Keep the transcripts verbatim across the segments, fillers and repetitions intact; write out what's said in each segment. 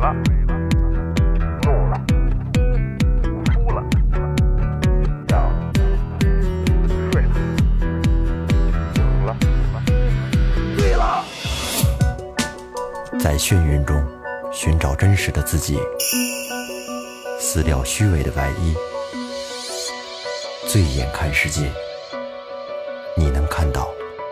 了，怒了，哭了，笑了，睡了，醒了。对了， 在眩晕中寻找真实的自己，撕掉虚伪的外衣，醉眼看世界，你能看到。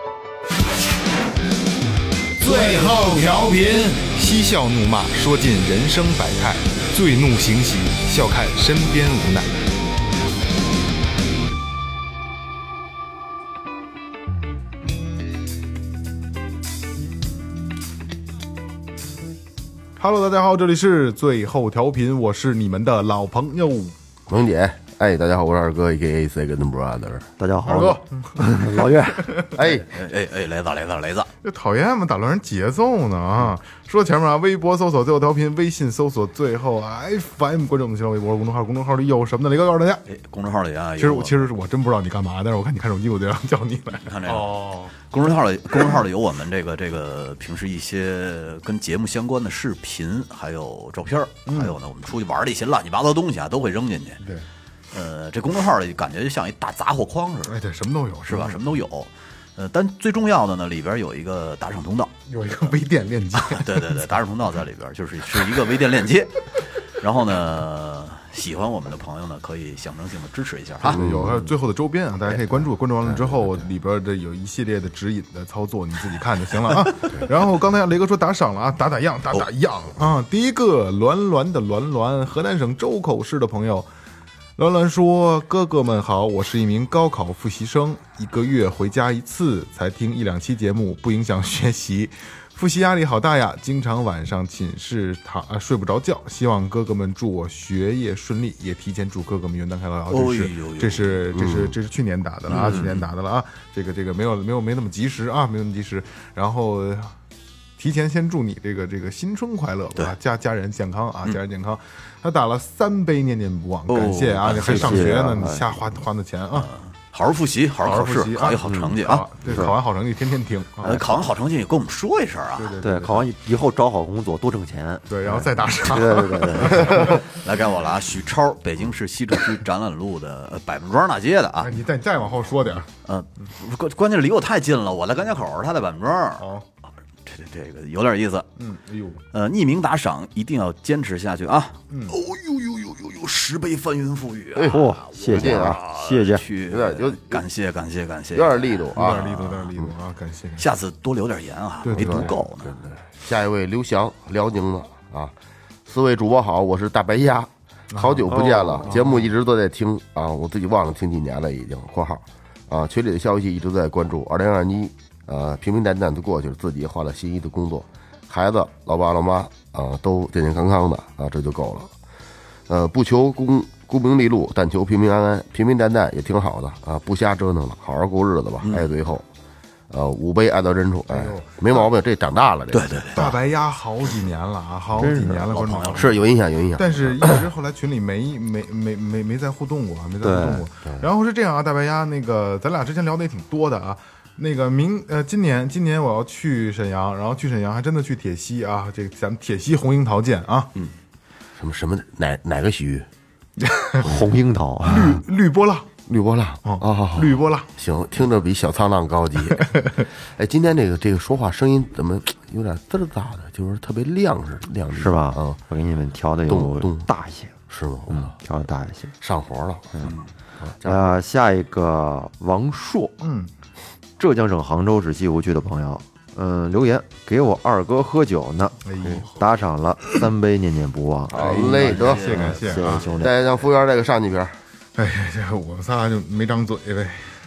最后调频，嬉笑怒骂，说尽人生百态；醉怒行喜，笑看身边无奈。Hello， 大家好，这里是最后调频，我是你们的老朋友萌姐。哎，大家好，我是二哥 ，A K A Second Brother。 大家好， 二哥， 老岳。 哎哎哎，雷子雷子雷子， 这讨厌吗？打乱人节奏呢啊！说前面啊，微博搜索最后调频，微信搜索最后 F M， 关注我们新浪微博公众号，公众号里有什么呢？雷哥告诉大家， 哎，公众号里啊， 其实我其实我真不知道你干嘛，但是我看你看手机，我就让叫你来。 你看这个哦，公众号里公众号里有我们这个这个平时一些跟节目相关的视频，还有照片，还有呢我们出去玩的一些乱七八糟东西啊，都会扔进去。 对。 呃，这公众号里感觉就像一大杂货筐似的， 哎，对，什么都有， 是吧？什么都有。呃，但最重要的呢，里边有一个打赏通道， 有一个微店链接。 对对对，打赏通道在里边，就是是一个微店链接。然后呢，喜欢我们的朋友呢，可以象征性的支持一下哈。 有还有最后的周边啊，大家可以关注，关注完了之后，里边的有一系列的指引的操作，你自己看就行了啊。然后刚才雷哥说打赏了啊，打打样，打打样啊。第一个栾栾的栾栾，河南省周口市的朋友。栾栾说：“哥哥们好，我是一名高考复习生，一个月回家一次，才听一两期节目，不影响学习。复习压力好大呀，经常晚上寝室躺、啊、睡不着觉。希望哥哥们祝我学业顺利，也提前祝哥哥们元旦快乐。这是、哦、这是这是这是去年打的了啊，嗯、去年打的了啊，这个这个没有没有没那么及时啊，没那么及时。然后。”提前先祝你这个这个新春快乐吧，家家人健康啊，家人健康。他打了三杯念念不忘，感谢啊！你还上学呢，你瞎花花那钱啊！ 好好复习，好好考试，考一好成绩啊！ 对，考完好成绩天天听。 呃，考完好成绩也跟我们说一声啊！ 对对，考完以后找好工作，多挣钱。 对，然后再打赏。 对对对对。 来该我了啊！许超，北京市西直区展览路的百门庄大街的啊！ 你再再往后说点。 嗯，关关键离我太近了，我在甘家口，他在百门庄。 哦。 这这个有点意思， 嗯，哎呦， 呃，匿名打赏一定要坚持下去啊！ 嗯， 哦呦呦呦呦呦，十倍翻云覆雨啊！ 哦，谢谢啊，谢谢， 去有点有感谢感谢感谢， 有点力度啊， 有点力度，有点力度啊，感谢， 下次多留点言啊，没读够呢。 下一位刘翔，辽宁的啊，四位主播好，我是大白鸭，好久不见了，节目一直都在听啊，我自己忘了听几年了已经（括号）啊，群里的消息一直在关注，二零二一。呃，平平淡淡的过去了，自己换了心仪的工作，孩子、老爸、老妈啊、呃，都健健康康的啊，这就够了。呃，不求功功名利禄，但求平平安安，平平淡淡也挺好的啊，不瞎折腾了，好好过日子吧。嗯、爱最后，呃，五杯爱到深处，哎，没毛病，这长大了，这对对对， 大白鸭好几年了啊，好几年了，观众是有印象，有印象。 但是一直后来群里没没没没没再互动过，没再互动过。然后是这样啊，大白鸭，那个咱俩之前聊的也挺多的啊。那个明呃，今年今年我要去沈阳，然后去沈阳还真的去铁西啊，这个咱们铁西红樱桃见啊， 嗯，什么什么哪哪个西？ 红樱桃， 绿绿波浪， 绿波浪哦哦，绿波浪， 行，听着比小沧浪高级。哎，今天这个这个说话声音怎么有点滋滋的，就是特别亮是亮丽， 是吧？ 嗯， 我给你们调的有大一些， 是吗？ 嗯，调的大一些， 上活了。 嗯，呃，下一个王硕， 嗯。 浙江省杭州市西湖区的朋友，嗯，留言给我二哥喝酒呢， 哎、 打赏了三杯念念不忘， 好嘞，得， 谢谢感谢， 谢谢兄弟。 再让服务员再给上几瓶。 哎呀，这我们仨就没张嘴呗。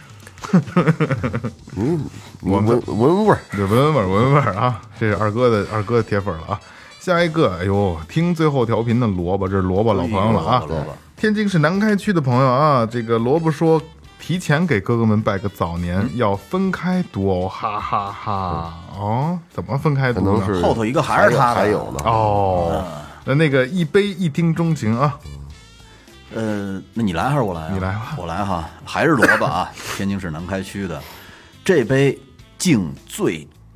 嗯，我闻闻味儿， 对，闻味儿，闻味儿啊！这是二哥的二哥的铁粉了啊。下一个，哎呦，听最后调频的萝卜，这是萝卜老朋友了啊。 萝卜， 天津市南开区的朋友啊，这个萝卜说。提前给哥哥们拜个早年，嗯、要分开读哦，哈哈哈！哦，怎么分开读呢？ 可能是后头一个还是他的， 还有呢。 哦，那、嗯、那个一杯一听钟情啊。 呃，那你来还是我来、啊？ 你来吧， 我来哈，还是萝卜啊，天津市南开区的这杯敬最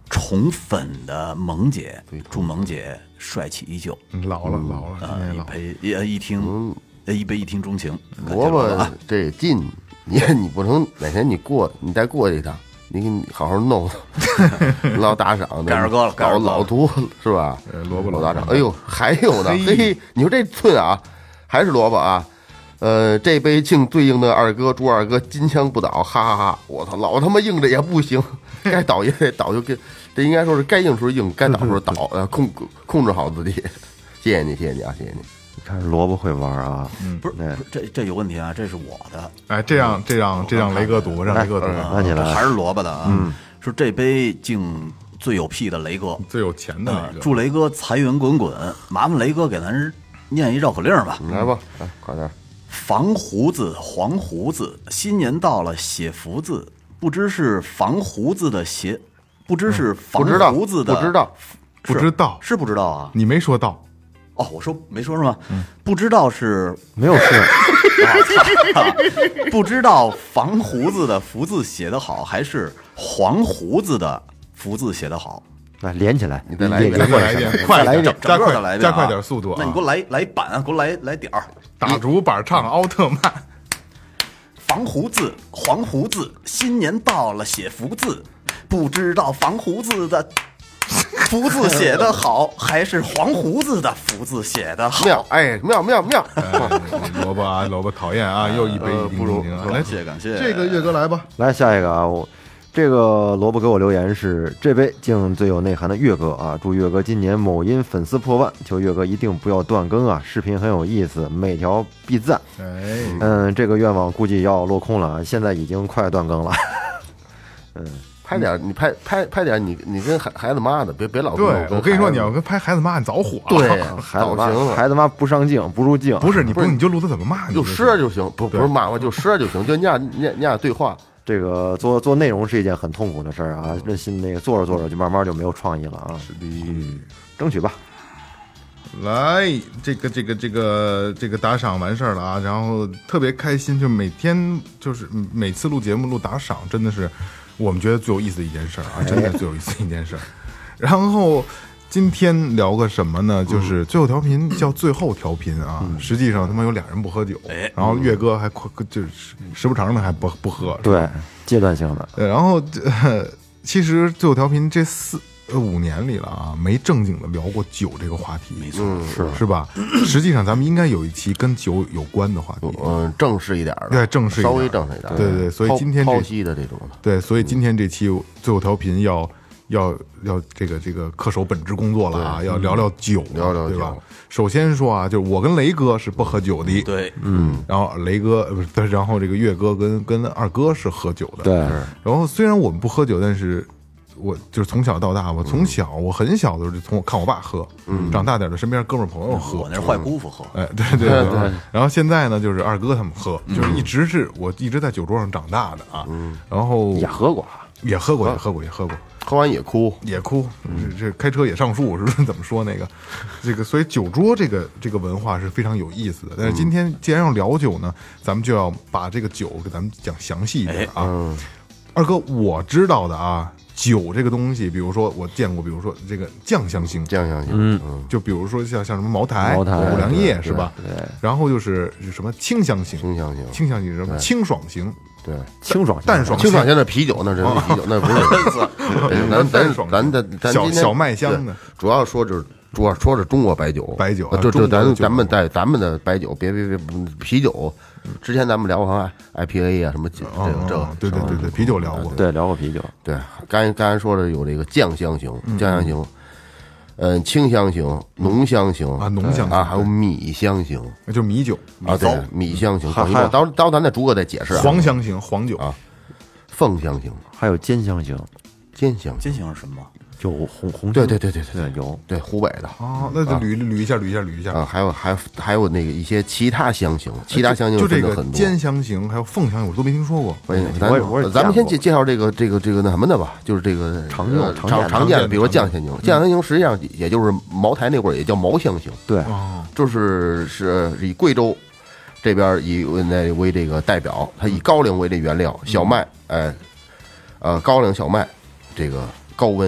宠粉的萌姐，祝萌姐帅气依旧。 老了老了， 啊， 现在老了。 一陪一一听，呃一杯一听钟情。感谢萝卜啊这近，你你不能哪天你过，你再过去一趟，你给你好好弄，老打赏的， 该二哥了该二老哥了老多是吧？ 呃萝卜老打赏， 老打哎呦，还有呢， 嘿嘿，你说这寸啊，还是萝卜啊。呃，这杯敬对应的二哥，祝二哥金枪不倒，哈哈哈！我操，老他妈硬着也不行，该倒也得倒，就跟这应该说是该硬时候硬，该倒时候倒，呃，控控制好自己。谢谢你，谢谢你啊，谢谢你。 你看萝卜会玩啊， 不是不是这这有问题啊，这是我的， 哎，这样这样这让雷哥读，让雷哥读， 那你来还是萝卜的啊。嗯，说这杯敬最有屁的雷哥， 最有钱的啊雷哥。 祝雷哥财源滚滚。麻烦雷哥给咱念一绕口令吧。 来吧，来快点。 防胡子，黄胡子，新年到了写福字，不知是防胡子的邪，不知是防不知道胡子的， 不知道， 不知道是不知道啊？ 你没说到， 哦，我说没说是吗？不知道是没有事。 啊，不知道防胡子的福字写得好，还是黄胡子的福字写得好？ 来连起来， 你再来一遍连再来一遍，快点， 再来一遍， 加整个再来一遍啊快加快点速度啊！ 那你给我来来板啊，给我来来点儿。 打竹板唱奥特曼， 防胡子，黄胡子，新年到了写福字，不知道防胡子的福字写得好，还是黄胡子的福字写得好？ 妙，哎，妙妙妙！ 哎萝卜啊，萝卜讨厌啊，又一杯一叮叮叮啊！来， 感谢感谢， 这个岳哥来吧。 来下一个啊，我这个萝卜给我留言是这杯敬最有内涵的岳哥啊，祝岳哥今年某音粉丝破万，求岳哥一定不要断更啊，视频很有意思，每条必赞。 哎， 嗯，这个愿望估计要落空了啊，现在已经快断更了。嗯， 拍点你拍拍拍点你你跟孩孩子妈的，别别老跟对我跟你说， 孩子你要跟拍孩子妈，你早火了。 对孩子妈造型孩子妈不上镜不入镜， 不是你不是你就录他怎么骂你就行说就行，不不是骂我就说就行，就你俩你俩你俩对话。 这个做做内容是一件很痛苦的事儿啊，这心那个做着做着就慢慢就没有创意了啊。 是的。 争取吧。 来，这个这个这个这个打赏完事儿了啊，然后特别开心，就每天就是每次录节目录打赏，真的是我们觉得最有意思的一件事儿啊，真的最有意思的一件事儿。然后今天聊个什么呢？就是最后调频叫最后调频啊，实际上他妈有俩人不喝酒，然后岳哥还快就是时不常的还不不喝， 对，阶段性的。 呃然后、呃、其实最后调频这四呃五年里了啊，没正经的聊过酒这个话题，没错，是是吧？实际上咱们应该有一期跟酒有关的话题， 嗯，正式一点的， 对正式一点稍微正式一点， 对对对所以今天这剖析的这种的， 对，所以今天这期最后调频要要要这个这个恪守本职工作了啊，要聊聊酒， 聊聊对吧酒？ 首先说啊，就是我跟雷哥是不喝酒的， 对， 嗯，然后雷哥呃不是，然后这个岳哥跟跟二哥是喝酒的， 对， 然后虽然我们不喝酒，但是我就是从小到大，我从小我很小的时候就从我看我爸喝，嗯，长大点的身边哥们儿朋友喝我，那是坏姑父喝， 哎，对对对对。然后现在呢，就是二哥他们喝，就是一直是我一直在酒桌上长大的啊，然后也喝过啊。 也喝过，也喝过，也喝过， 喝完也哭， 也哭，这这开车也上树，是不是？怎么说那个？这个，所以酒桌这个这个文化是非常有意思的。但是今天既然要聊酒呢，咱们就要把这个酒给咱们讲详细一点啊。二哥，我知道的啊，酒这个东西，比如说我见过，比如说这个酱香型， 酱香型， 嗯， 就比如说像像什么茅台、 茅台五粮液对是吧？ 对。 然后就是什么清香型， 清香型， 清香型是什么？清爽型， 对， 清爽淡爽清爽型的啤酒那是啤酒，那不是，咱咱咱咱咱今天小小麦香的， 主要说就是。主要说是中国白酒， 白酒就就咱中国的酒咱们在咱们的白酒，别别别啤酒。之前咱们聊过好像 I P A 啊什么这个这个， 对对对对，啤酒聊过， 对，聊过啤酒。 对，刚才刚才说的有这个酱香型、酱香型，嗯，清香型、浓香型啊浓香型啊，还有米香型那就米酒啊，对，米香型。 还等一会儿，到到咱再逐个再解释啊。 黄香型黄酒啊，凤香型、 还有尖香型， 尖香型， 金星是什么？ 有红红对对对对对有。 对，湖北的哦，那就捋捋一下捋一下捋一下啊，还有还有还有那个一些其他香型，其他香型就这个分的很多。 尖香型还有凤香型，我都没听说过。 咱我也我也咱们先见过介介绍这个这个这个那什么的吧，就是这个常用呃常见的常见的，比如说常见酱香型，酱香型实际上也就是茅台那会儿也叫茅香型， 对， 哦， 就是是以贵州这边以那为这个代表，它以高粱为这原料，小麦，哎，呃，高粱小麦，这个高温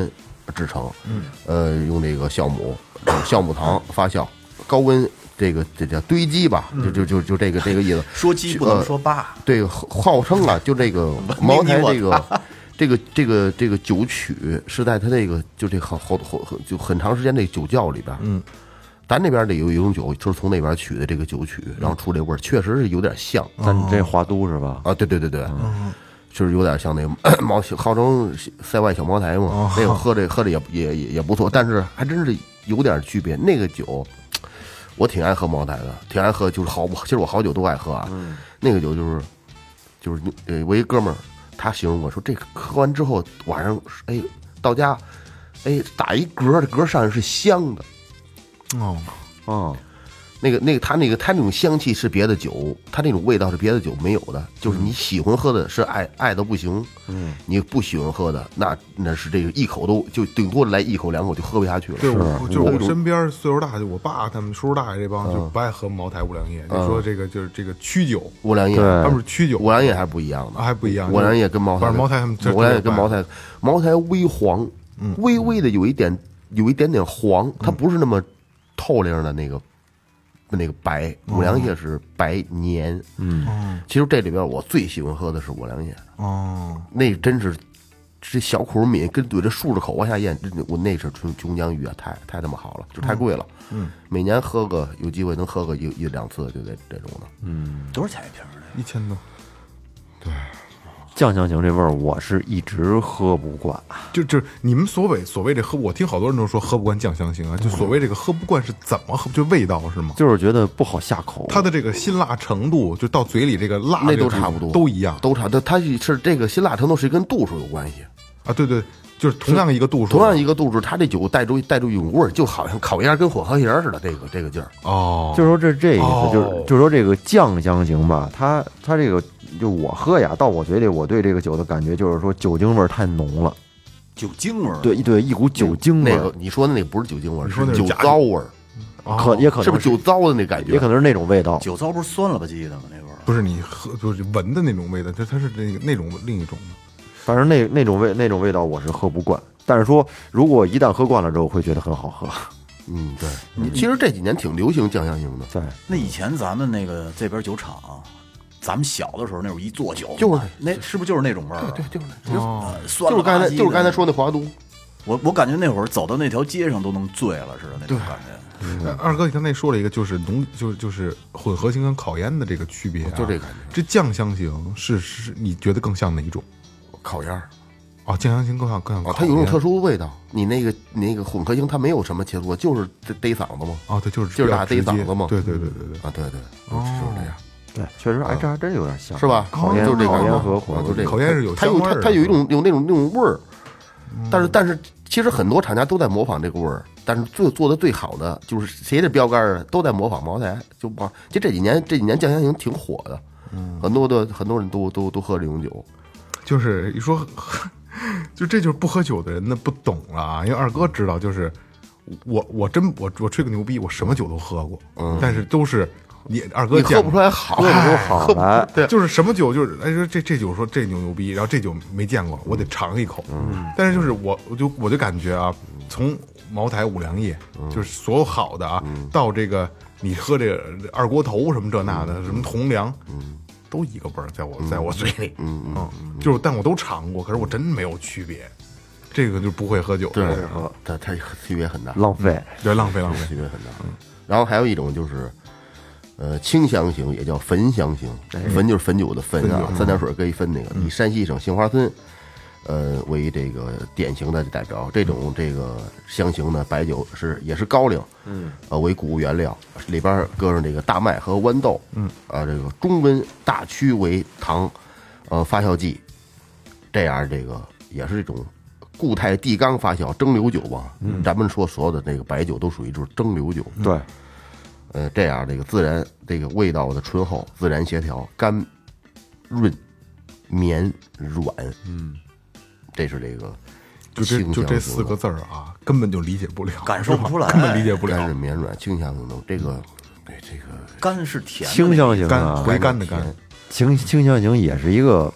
制成，嗯，呃，用这个酵母、酵母糖发酵，高温这个这叫堆积吧，就就就就这个这个意思。 说鸡不能说八， 对，号称啊，就这个茅台这个这个这个这个酒曲是在它这个就这好好好就很长时间这酒窖里边，嗯。咱那边的有一种酒，就是从那边取的这个酒曲，然后出这味儿，确实是有点像。 咱这华都是吧？ 啊，对对对对，就是有点像那个茅，号称塞外小茅台嘛。那个喝着喝着也也也也不错，但是还真是有点区别。那个酒，我挺爱喝茅台的，挺爱喝，就是好，其实我好酒都爱喝啊。那个酒就是就是呃，我一哥们儿，他形容我说，这个喝完之后晚上哎到家，哎打一嗝，这嗝上去是香的。 哦哦， 那个那个他那个他那种香气是别的酒，他那种味道是别的酒没有的，就是你喜欢喝的是爱爱的不行，嗯，你不喜欢喝的那那是这个一口都就顶多来一口两口就喝不下去了。 对，我就是我身边岁数大，就我爸他们叔叔大爷这帮就不爱喝茅台五粮液，就说这个就是这个曲酒， 五粮液， 他们是曲酒， 五粮液还不一样的， 还不一样， 五粮液跟茅台， 反正茅台他们五粮液跟茅台，茅台微黄，微微的有一点有一点点黄，它不是那么透亮的那个那个白，五粮液是白黏。嗯，其实这里边我最喜欢喝的是五粮液。 哦， 那真是这小苦抿跟对着竖着口往下咽，真我那是琼琼浆鱼啊，太太他妈好了，就太贵了。嗯，每年喝个有机会能喝个一一两次，就这这种的。 嗯，多少钱一瓶呢？ 一千多。对。 酱香型这味儿，我是一直喝不惯。 就就你们所谓所谓这喝，我听好多人都说喝不惯酱香型啊。就所谓这个喝不惯是怎么喝？就味道是吗？ 就是觉得不好下口。 它的这个辛辣程度，就到嘴里这个辣， 那都差不多， 都一样， 都差。它它是这个辛辣程度是跟度数有关系啊。对对，就是同样一个度数， 同样一个度数，它这酒带出带出一种味儿，就好像烤鸭跟混合馅似的，这个这个劲儿。 哦， 就是说这这意思， 哦、 就是就是说这个酱香型吧，它它这个。就我喝呀，到我嘴里，我对这个酒的感觉就是说酒精味儿太浓了， 酒精味儿， 对对，一股酒精味儿。 那个你说的那个不是酒精味儿， 是酒糟味儿， 可也可能是不是酒糟的那感觉？ 也可能是那种味道。 酒糟不是酸了吧唧的吗？那味儿不是你喝就是闻的那种味道，它它是那个那种另一种的。 反正那那种味那种味道我是喝不惯，但是说如果一旦喝惯了之后，会觉得很好喝。 嗯，对，你其实这几年挺流行酱香型的。 对， 那以前咱们那个这边酒厂。咱们小的时候，那会儿一做酒， 就是那是不是就是那种味儿？ 对，就是那哦，酸就是刚才就是刚才说那华都， 我我感觉那会儿走到那条街上都能醉了似的那种感觉。 二哥，你刚才说了一个，就是浓，就是就是混合型跟烤烟的这个区别、啊， 就这感觉。 这酱香型是是，你觉得更像哪一种？ 烤烟儿。 哦，酱香型更像更像烤烟。 哦，它有种特殊的味道。你那个你那个混合型，它没有什么切磋，就是逮嗓子嘛。 哦，对，就是就是打逮嗓子嘛。 对对对对对。 啊，对对， 哦、 就是这样。 对，确实，哎，这还真有点像， 是吧？ 烤烟就这个烤烟和混合， 就这个烤烟是有它有它它有一种有那种那种味儿，但是但是其实很多厂家都在模仿这个味儿，但是最做的最好的就是谁的标杆儿都在模仿茅台，就往就这几年这几年酱香型挺火的，很多的很多人都都都喝这种酒， 就是一说，就这就是不喝酒的人那不懂了啊，因为二哥知道，就是我我真我我吹个牛逼，我什么酒都喝过，嗯，但是都是。你二哥你喝不出来好， 喝不出好来， 对，就是什么酒，就是哎说这这酒说这牛牛逼，然后这酒没见过，我得尝一口。嗯，但是就是我我就我就感觉啊，从茅台五粮液，就是所有好的啊，到这个你喝这个二锅头什么这那的，什么红粮，都一个味儿，在我在我嘴里，嗯嗯，就是但我都尝过，可是我真没有区别。这个就不会喝酒， 对，它它区别很大， 浪费， 对，浪费浪费， 区别很大。然后还有一种就是。呃，清香型也叫汾香型，汾就是汾酒的汾啊，三点水搁一分那个，以山西省杏花村，呃为这个典型的代表。这种这个香型的白酒是也是高粱，嗯，呃为谷物原料，里边搁上这个大麦和豌豆，嗯，啊这个中温大曲为糖，呃发酵剂，这样这个也是这种固态地缸发酵蒸馏酒吧。嗯，咱们说所有的这个白酒都属于就是蒸馏酒， 对。 呃，这样这个自然这个味道的醇厚，自然协调，干润绵软，嗯，这是这个就这就这四个字儿啊，根本就理解不了， 感受不出来， 根本理解不了。 干润绵软，清香型的这个，对这个干是甜的， 清香型啊， 回甘的甘， 清清香型也是一个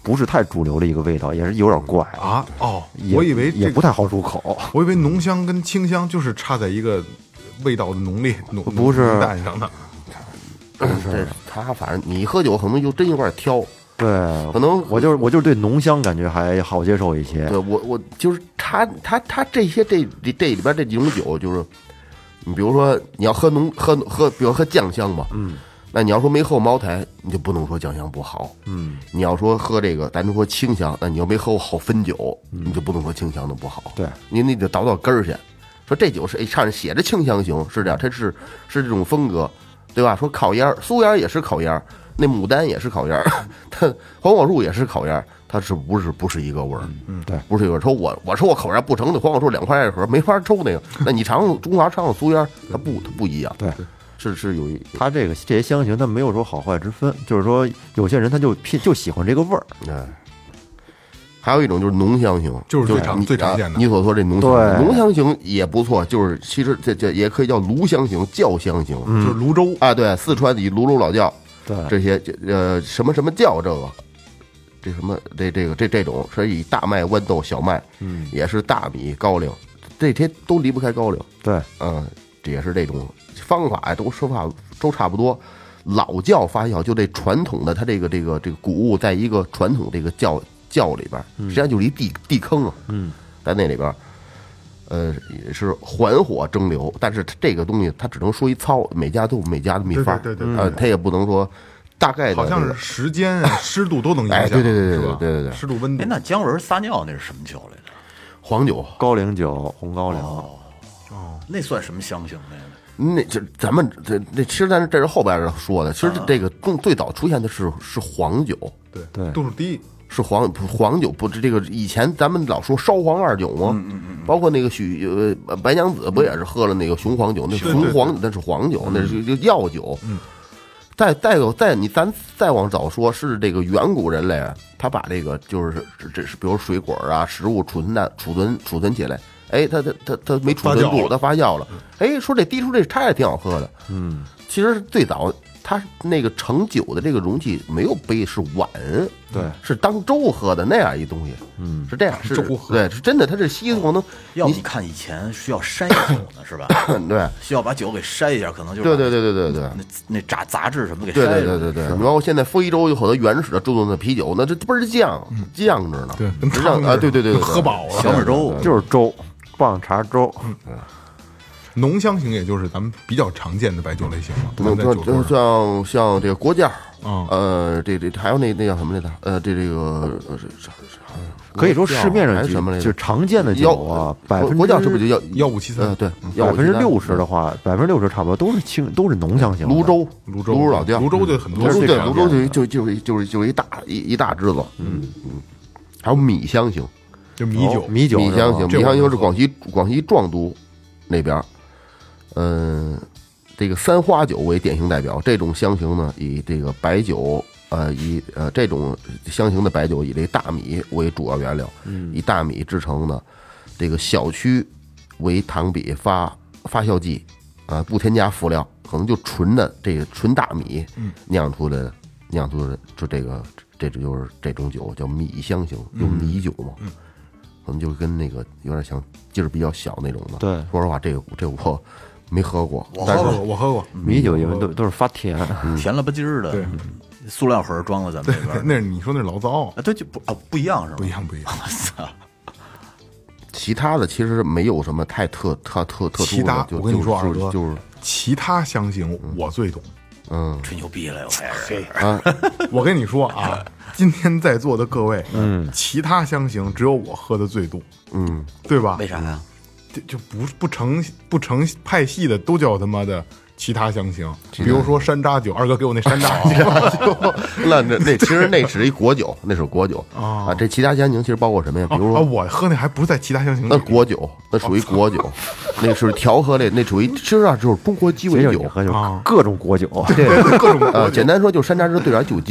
不是太主流的一个味道，也是有点怪啊。哦， 也我以为这个也不太好入口。 我以为浓香跟清香就是差在一个味道的浓烈浓不是浓淡上的。 这他反正你喝酒可能就真有点挑。 对， 可能我就是我就是对浓香感觉还好接受一些。 对我我就是他他他这些这这这里边这几种酒，就是你比如说你要喝浓喝喝，比如喝酱香吧，嗯，那你要说没喝过茅台，你就不能说酱香不好，嗯，你要说喝这个，咱就说清香，那你要没喝过好汾酒，你就不能说清香的不好， 对， 你你得倒到根儿去，说这酒是哎上面写着清香型，是这样，它是是这种风格，对吧？说烤烟苏烟也是烤烟。那牡丹也是烤烟儿，它黄果树也是烤烟儿，它是不是不是一个味儿？ 嗯，对， 不是一个味儿。说我我抽我烤烟不成，那黄果树两块一盒没法抽那个。那你尝尝中华尝尝苏烟，它不它不一样。 对， 是是有一它这个这些香型，它没有说好坏之分，就是说有些人他就偏就喜欢这个味儿。 哎，还有一种就是浓香型， 就是最常你最常见的你所说这浓香对浓香型也不错，就是其实这这也可以叫炉香型、窖香型， 就是泸州啊，对，四川以泸州老窖。 对， 这些呃什么什么窖这个，这什么这这个这这种是以大麦、豌豆、小麦，嗯，也是大米、高粱，这些都离不开高粱。 对， 嗯，这也是这种方法呀，都说法都差不多。老窖发酵就这传统的，它这个这个这个谷物在一个传统这个窖窖里边，实际上就是一地地坑啊，嗯，在那里边。呃，也是缓火蒸馏，但是这个东西它只能说一糙，每家都有每家的秘法， 对对对对呃，它也不能说大概的、 好像是时间啊、湿度都能影响， 哎，对对对对是吧对对对对， 湿度温度哎，。那姜文撒尿那是什么酒来着？ 黄酒， 高粱酒、红高粱， 哦，那算什么香型的呀？ 那就咱们这这其实咱这是后边说的，其实这个更最早出现的是是黄酒， 对对度数低， 是黄黄酒，不是这个以前咱们老说烧黄二酒吗？嗯嗯嗯，包括那个许呃白娘子不也是喝了那个雄黄酒？那是雄黄那是黄酒，那是就药酒。嗯，再再有再你咱再往早说，是这个远古人类，他把这个就是这是比如水果啊食物储存的储存储存起来，哎，他他他他没储存住，他发酵了，哎，说这滴出这它也挺好喝的。嗯，其实最早。它那个盛酒的这个容器没有杯，是碗， 对， 是当粥喝的那样一东西，嗯，是这样，是粥喝对，是真的，它是稀可能， 要你看以前需要筛酒呢，是吧？ 对， 需要把酒给筛一下，可能就是对对对对对对， 那那杂杂质什么给筛对了。 对对对对，然后现在非洲有好多原始的种的啤酒，那这倍儿酱酱着呢， 对，跟实际上啊，对对对， 喝饱了。 小米粥就是粥，棒碴粥。 浓香型也就是咱们比较常见的白酒类型了。 那就就像像这个国窖， 嗯呃，这这还有那那叫什么来着？呃，这这个可以说市面上还是什么来着？ 就是常见的酒啊，百分国窖是不是就要幺五七三？ 呃，对， 百分之六十的话，百分之六十差不多都是清都是浓香型的。 泸州， 泸州泸州老窖， 泸州就很多泸州对， 是这样泸州就就就是就是就是一大一一大支子，嗯嗯，还有米香型， 就米酒哦，米酒米香型， 这米香型我能喝是广西广西壮族那边，嗯，这个三花酒为典型代表。这种香型呢，以这个白酒，呃，以呃这种香型的白酒以这大米为主要原料，以大米制成的，这个小曲为糖比发发酵剂，啊，不添加辅料，可能就纯的这个纯大米酿出的酿出的就这个这就是这种酒叫米香型，有米酒嘛，可能就跟那个有点像劲儿比较小那种的。 对， 说实话，这个这个我没喝过， 我喝过， 但是我喝过， 米酒因为都都是发甜， 甜了吧唧儿的， 对， 塑料盒装在咱们这边。 那是你说那是醪糟， 啊，对，就不啊不一样是吧？ 不一样不一样。 我操！ 其他的其实没有什么太特特特特殊其他的。就我跟你说， 就二哥， 就是其他香型我最懂。 嗯， 吹牛逼了又开始。 我跟你说啊，今天在座的各位，嗯，其他香型只有我喝的最多， 嗯， 对吧？ 为啥呀？ 就就不不成不成派系的都叫他妈的其他香型，比如说山楂酒，二哥给我那山楂酒， 那那那其实那是一果酒，那是果酒啊。这其他香型其实包括什么呀？比如啊， 说我喝那还不是在其他香型里那果酒，那属于果酒，那是调和类，那属于其实啊就是中国鸡尾酒这就你。喝就啊各种果酒。 对各种呃，简单说就是山楂汁兑点酒精，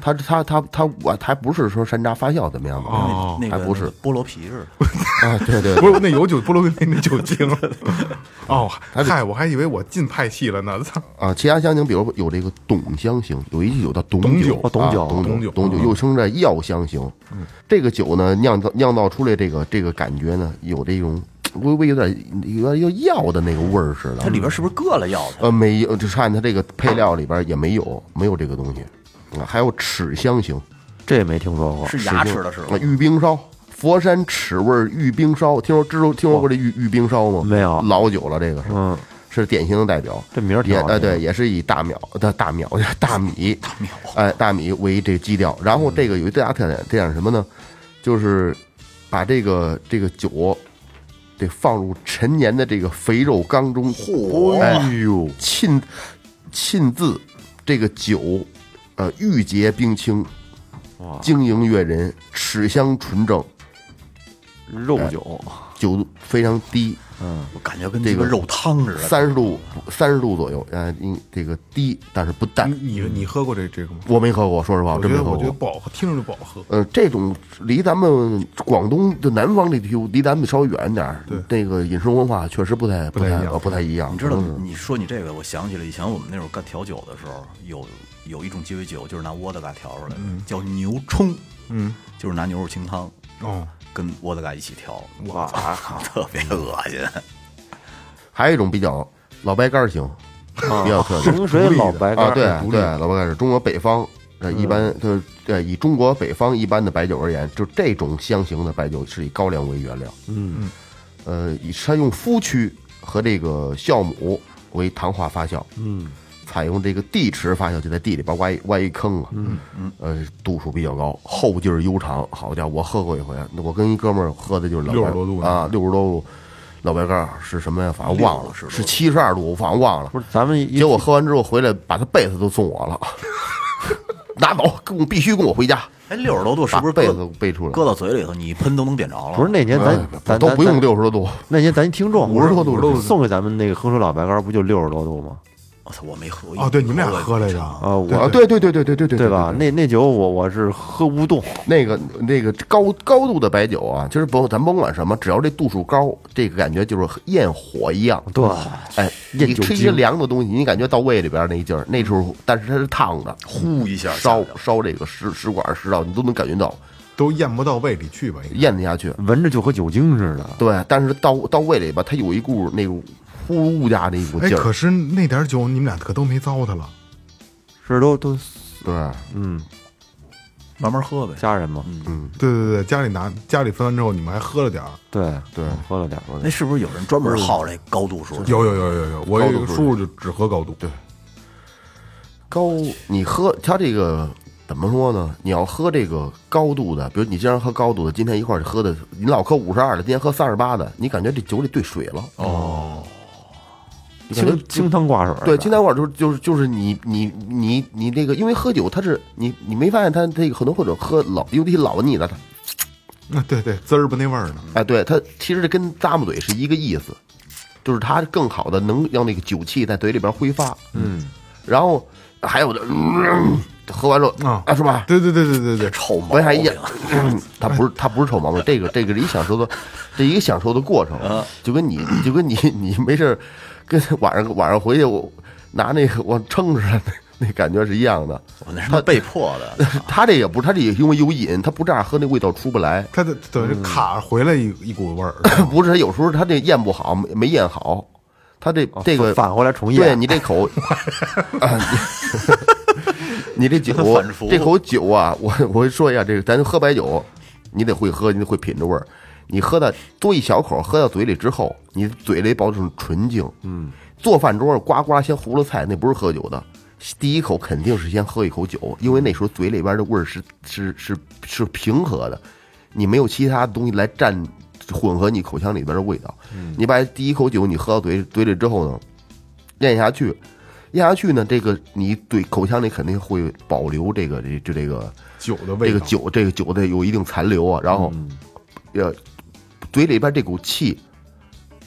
它它它它我还不是说山楂发酵怎么样的哦那个还不是菠萝皮似的。 啊，对对不是那有酒菠萝那那酒精。哦，嗨，我还以为我进派系了呢。操！ 啊，其他香型比如有这个董香型，有一酒叫董酒董酒， 哦董酒啊董董酒董酒又称这药香型。这个酒呢酿造酿造出来这个这个感觉呢，有这种微微有点有点有药的那个味儿似的。 它里边是不是搁了药的？ 呃，没有，就看它这个配料里边也没有，没有这个东西。啊，还有齿香型， 这没听说过。 是牙齿的是吧啊，？玉冰烧，佛山齿味儿玉冰烧，听说知道听说过这玉玉冰烧吗？ 没有老酒了，这个是， 嗯， 是典型的代表。 这名儿挺也呃对， 好听的也是以大苗的大苗大米大苗哎大米为这个基调，然后这个有一大特点，这样什么呢？就是把这个这个酒得放入陈年的这个肥肉缸中，嚯，哎呦，沁沁自这个酒，呃，玉洁冰清，晶莹悦人，齿香纯正， 肉酒， 酒度非常低， 我感觉跟这个这个肉汤似的。 三十度三十度左右，啊，应这个低，但是不淡。 你你喝过这这个吗？ 我没喝过，说实话， 我觉得我真没喝过。 觉得不好喝，听着就不好喝。 呃，这种离咱们广东的南方这地区，离咱们稍微远点儿， 对那个饮食文化确实不太太不太一样呃不太一样。 你知道可能是， 你说你这个，我想起了以前我们那会儿干调酒的时候，有有一种鸡尾酒，就是拿窝子嘎调出来的，叫牛冲， 嗯， 就是拿牛肉清汤哦， 跟窝子嘎一起调，哇，特别恶心。 还有一种比较老白干型，比较特点清水老白干啊，对独立对，老白干是中国北方。呃，一般就是对以中国北方一般的白酒而言，就这种香型的白酒是以高粱为原料， 嗯， 呃，以它用夫曲和这个酵母为糖化发酵， 嗯， 采用这个地池发酵，就在地里边挖一挖一坑啊，嗯嗯，呃，度数比较高，后劲儿悠长。好家伙，我喝过一回，我跟一哥们儿喝的就是老白六十多度呢啊，六十多度老白干儿是什么呀？反正忘了，是七十二度，我反正忘了。 不是，咱们一结果喝完之后回来，把他被子都送我了，拿走，跟我必须跟我回家， 哎，六十多度是不是把被搁子背出来。 搁到嘴里头，你一喷都能点着了？ 不是那年咱咱都不用咱六十多度， 那年咱一听众五十多度送给咱们那个衡水老白干不就六十多度吗？ 我操，我没喝。 哦，对，你们俩喝来着。 啊，我啊，对对对对对对对对吧？那那酒我我是喝无冻， 那个那个高高度的白酒啊，其实甭咱甭管什么，只要这度数高，这个感觉就是焰火一样。 对， 哎， 焰酒你吃一些精凉的东西，你感觉到胃里边那一劲儿，那时候但是它是烫的， 呼一下烧下去了烧这个食食管食道，你都能感觉到都咽不到胃里去吧？应该咽得下去。 闻着就和酒精似的。 对，但是到到胃里吧，它有一股那种呼噜家的一股哎， 劲儿。 可是那点酒你们俩可都没糟蹋了。 是都都对， 嗯， 慢慢喝呗。 家人嘛， 嗯， 对对对，家里拿家里分完之后，你们还喝了点儿。 对对喝了点儿， 那是不是有人专门好这高度数？ 有有有有有，我有一个高度叔叔就只喝高度。对， 高你喝它这个怎么说呢？你要喝这个高度的，比如你经常喝高度的，今天一块儿喝的，你老喝五十二的，今天喝三十八的，你感觉这酒里兑水了。 哦， 你感觉清清汤挂水儿的。 对，清汤挂就是就是就是你你你你这个，因为喝酒它是你你没发现它这个很多或者喝老，尤其老腻的，它啊，对对，滋儿吧那味儿呢。 哎，对它其实跟咂木嘴是一个意思，就是它更好的能让那个酒气在嘴里边挥发。嗯，然后还有的、嗯、喝完之后啊啊是吧？ 对对对对对对， 臭毛闻还一病样，嗯它不是它不是臭毛病，这个这个是一享受的，这一个享受的过程，就跟你就跟你你没事跟晚上晚上回去我拿那个往撑着那那感觉是一样的。 我那是他被迫的。 他这也不是，他这也因为有瘾，他不这样喝那味道出不来。 他的等于卡回来一一股味儿。 不是，他有时候他这咽不好，没没咽好，他这这个返回来重对咽。 你这口，啊你你这酒反刍这口酒啊，我我会说一下，这个咱喝白酒，你得会喝，你得会品着味儿。你喝到多一小口，喝到嘴里之后，你嘴里保证纯净。嗯，做饭桌上呱呱先糊了菜，那不是喝酒的。第一口肯定是先喝一口酒，因为那时候嘴里边的味儿是是是是平和的，你没有其他的东西来占混合你口腔里边的味道。你把第一口酒你喝到嘴嘴里之后呢，咽下去，咽下去呢，这个你对口腔里肯定会保留这个这就这个酒的味道。 这个酒这个酒的有一定残留啊，然后呃嘴里边这股气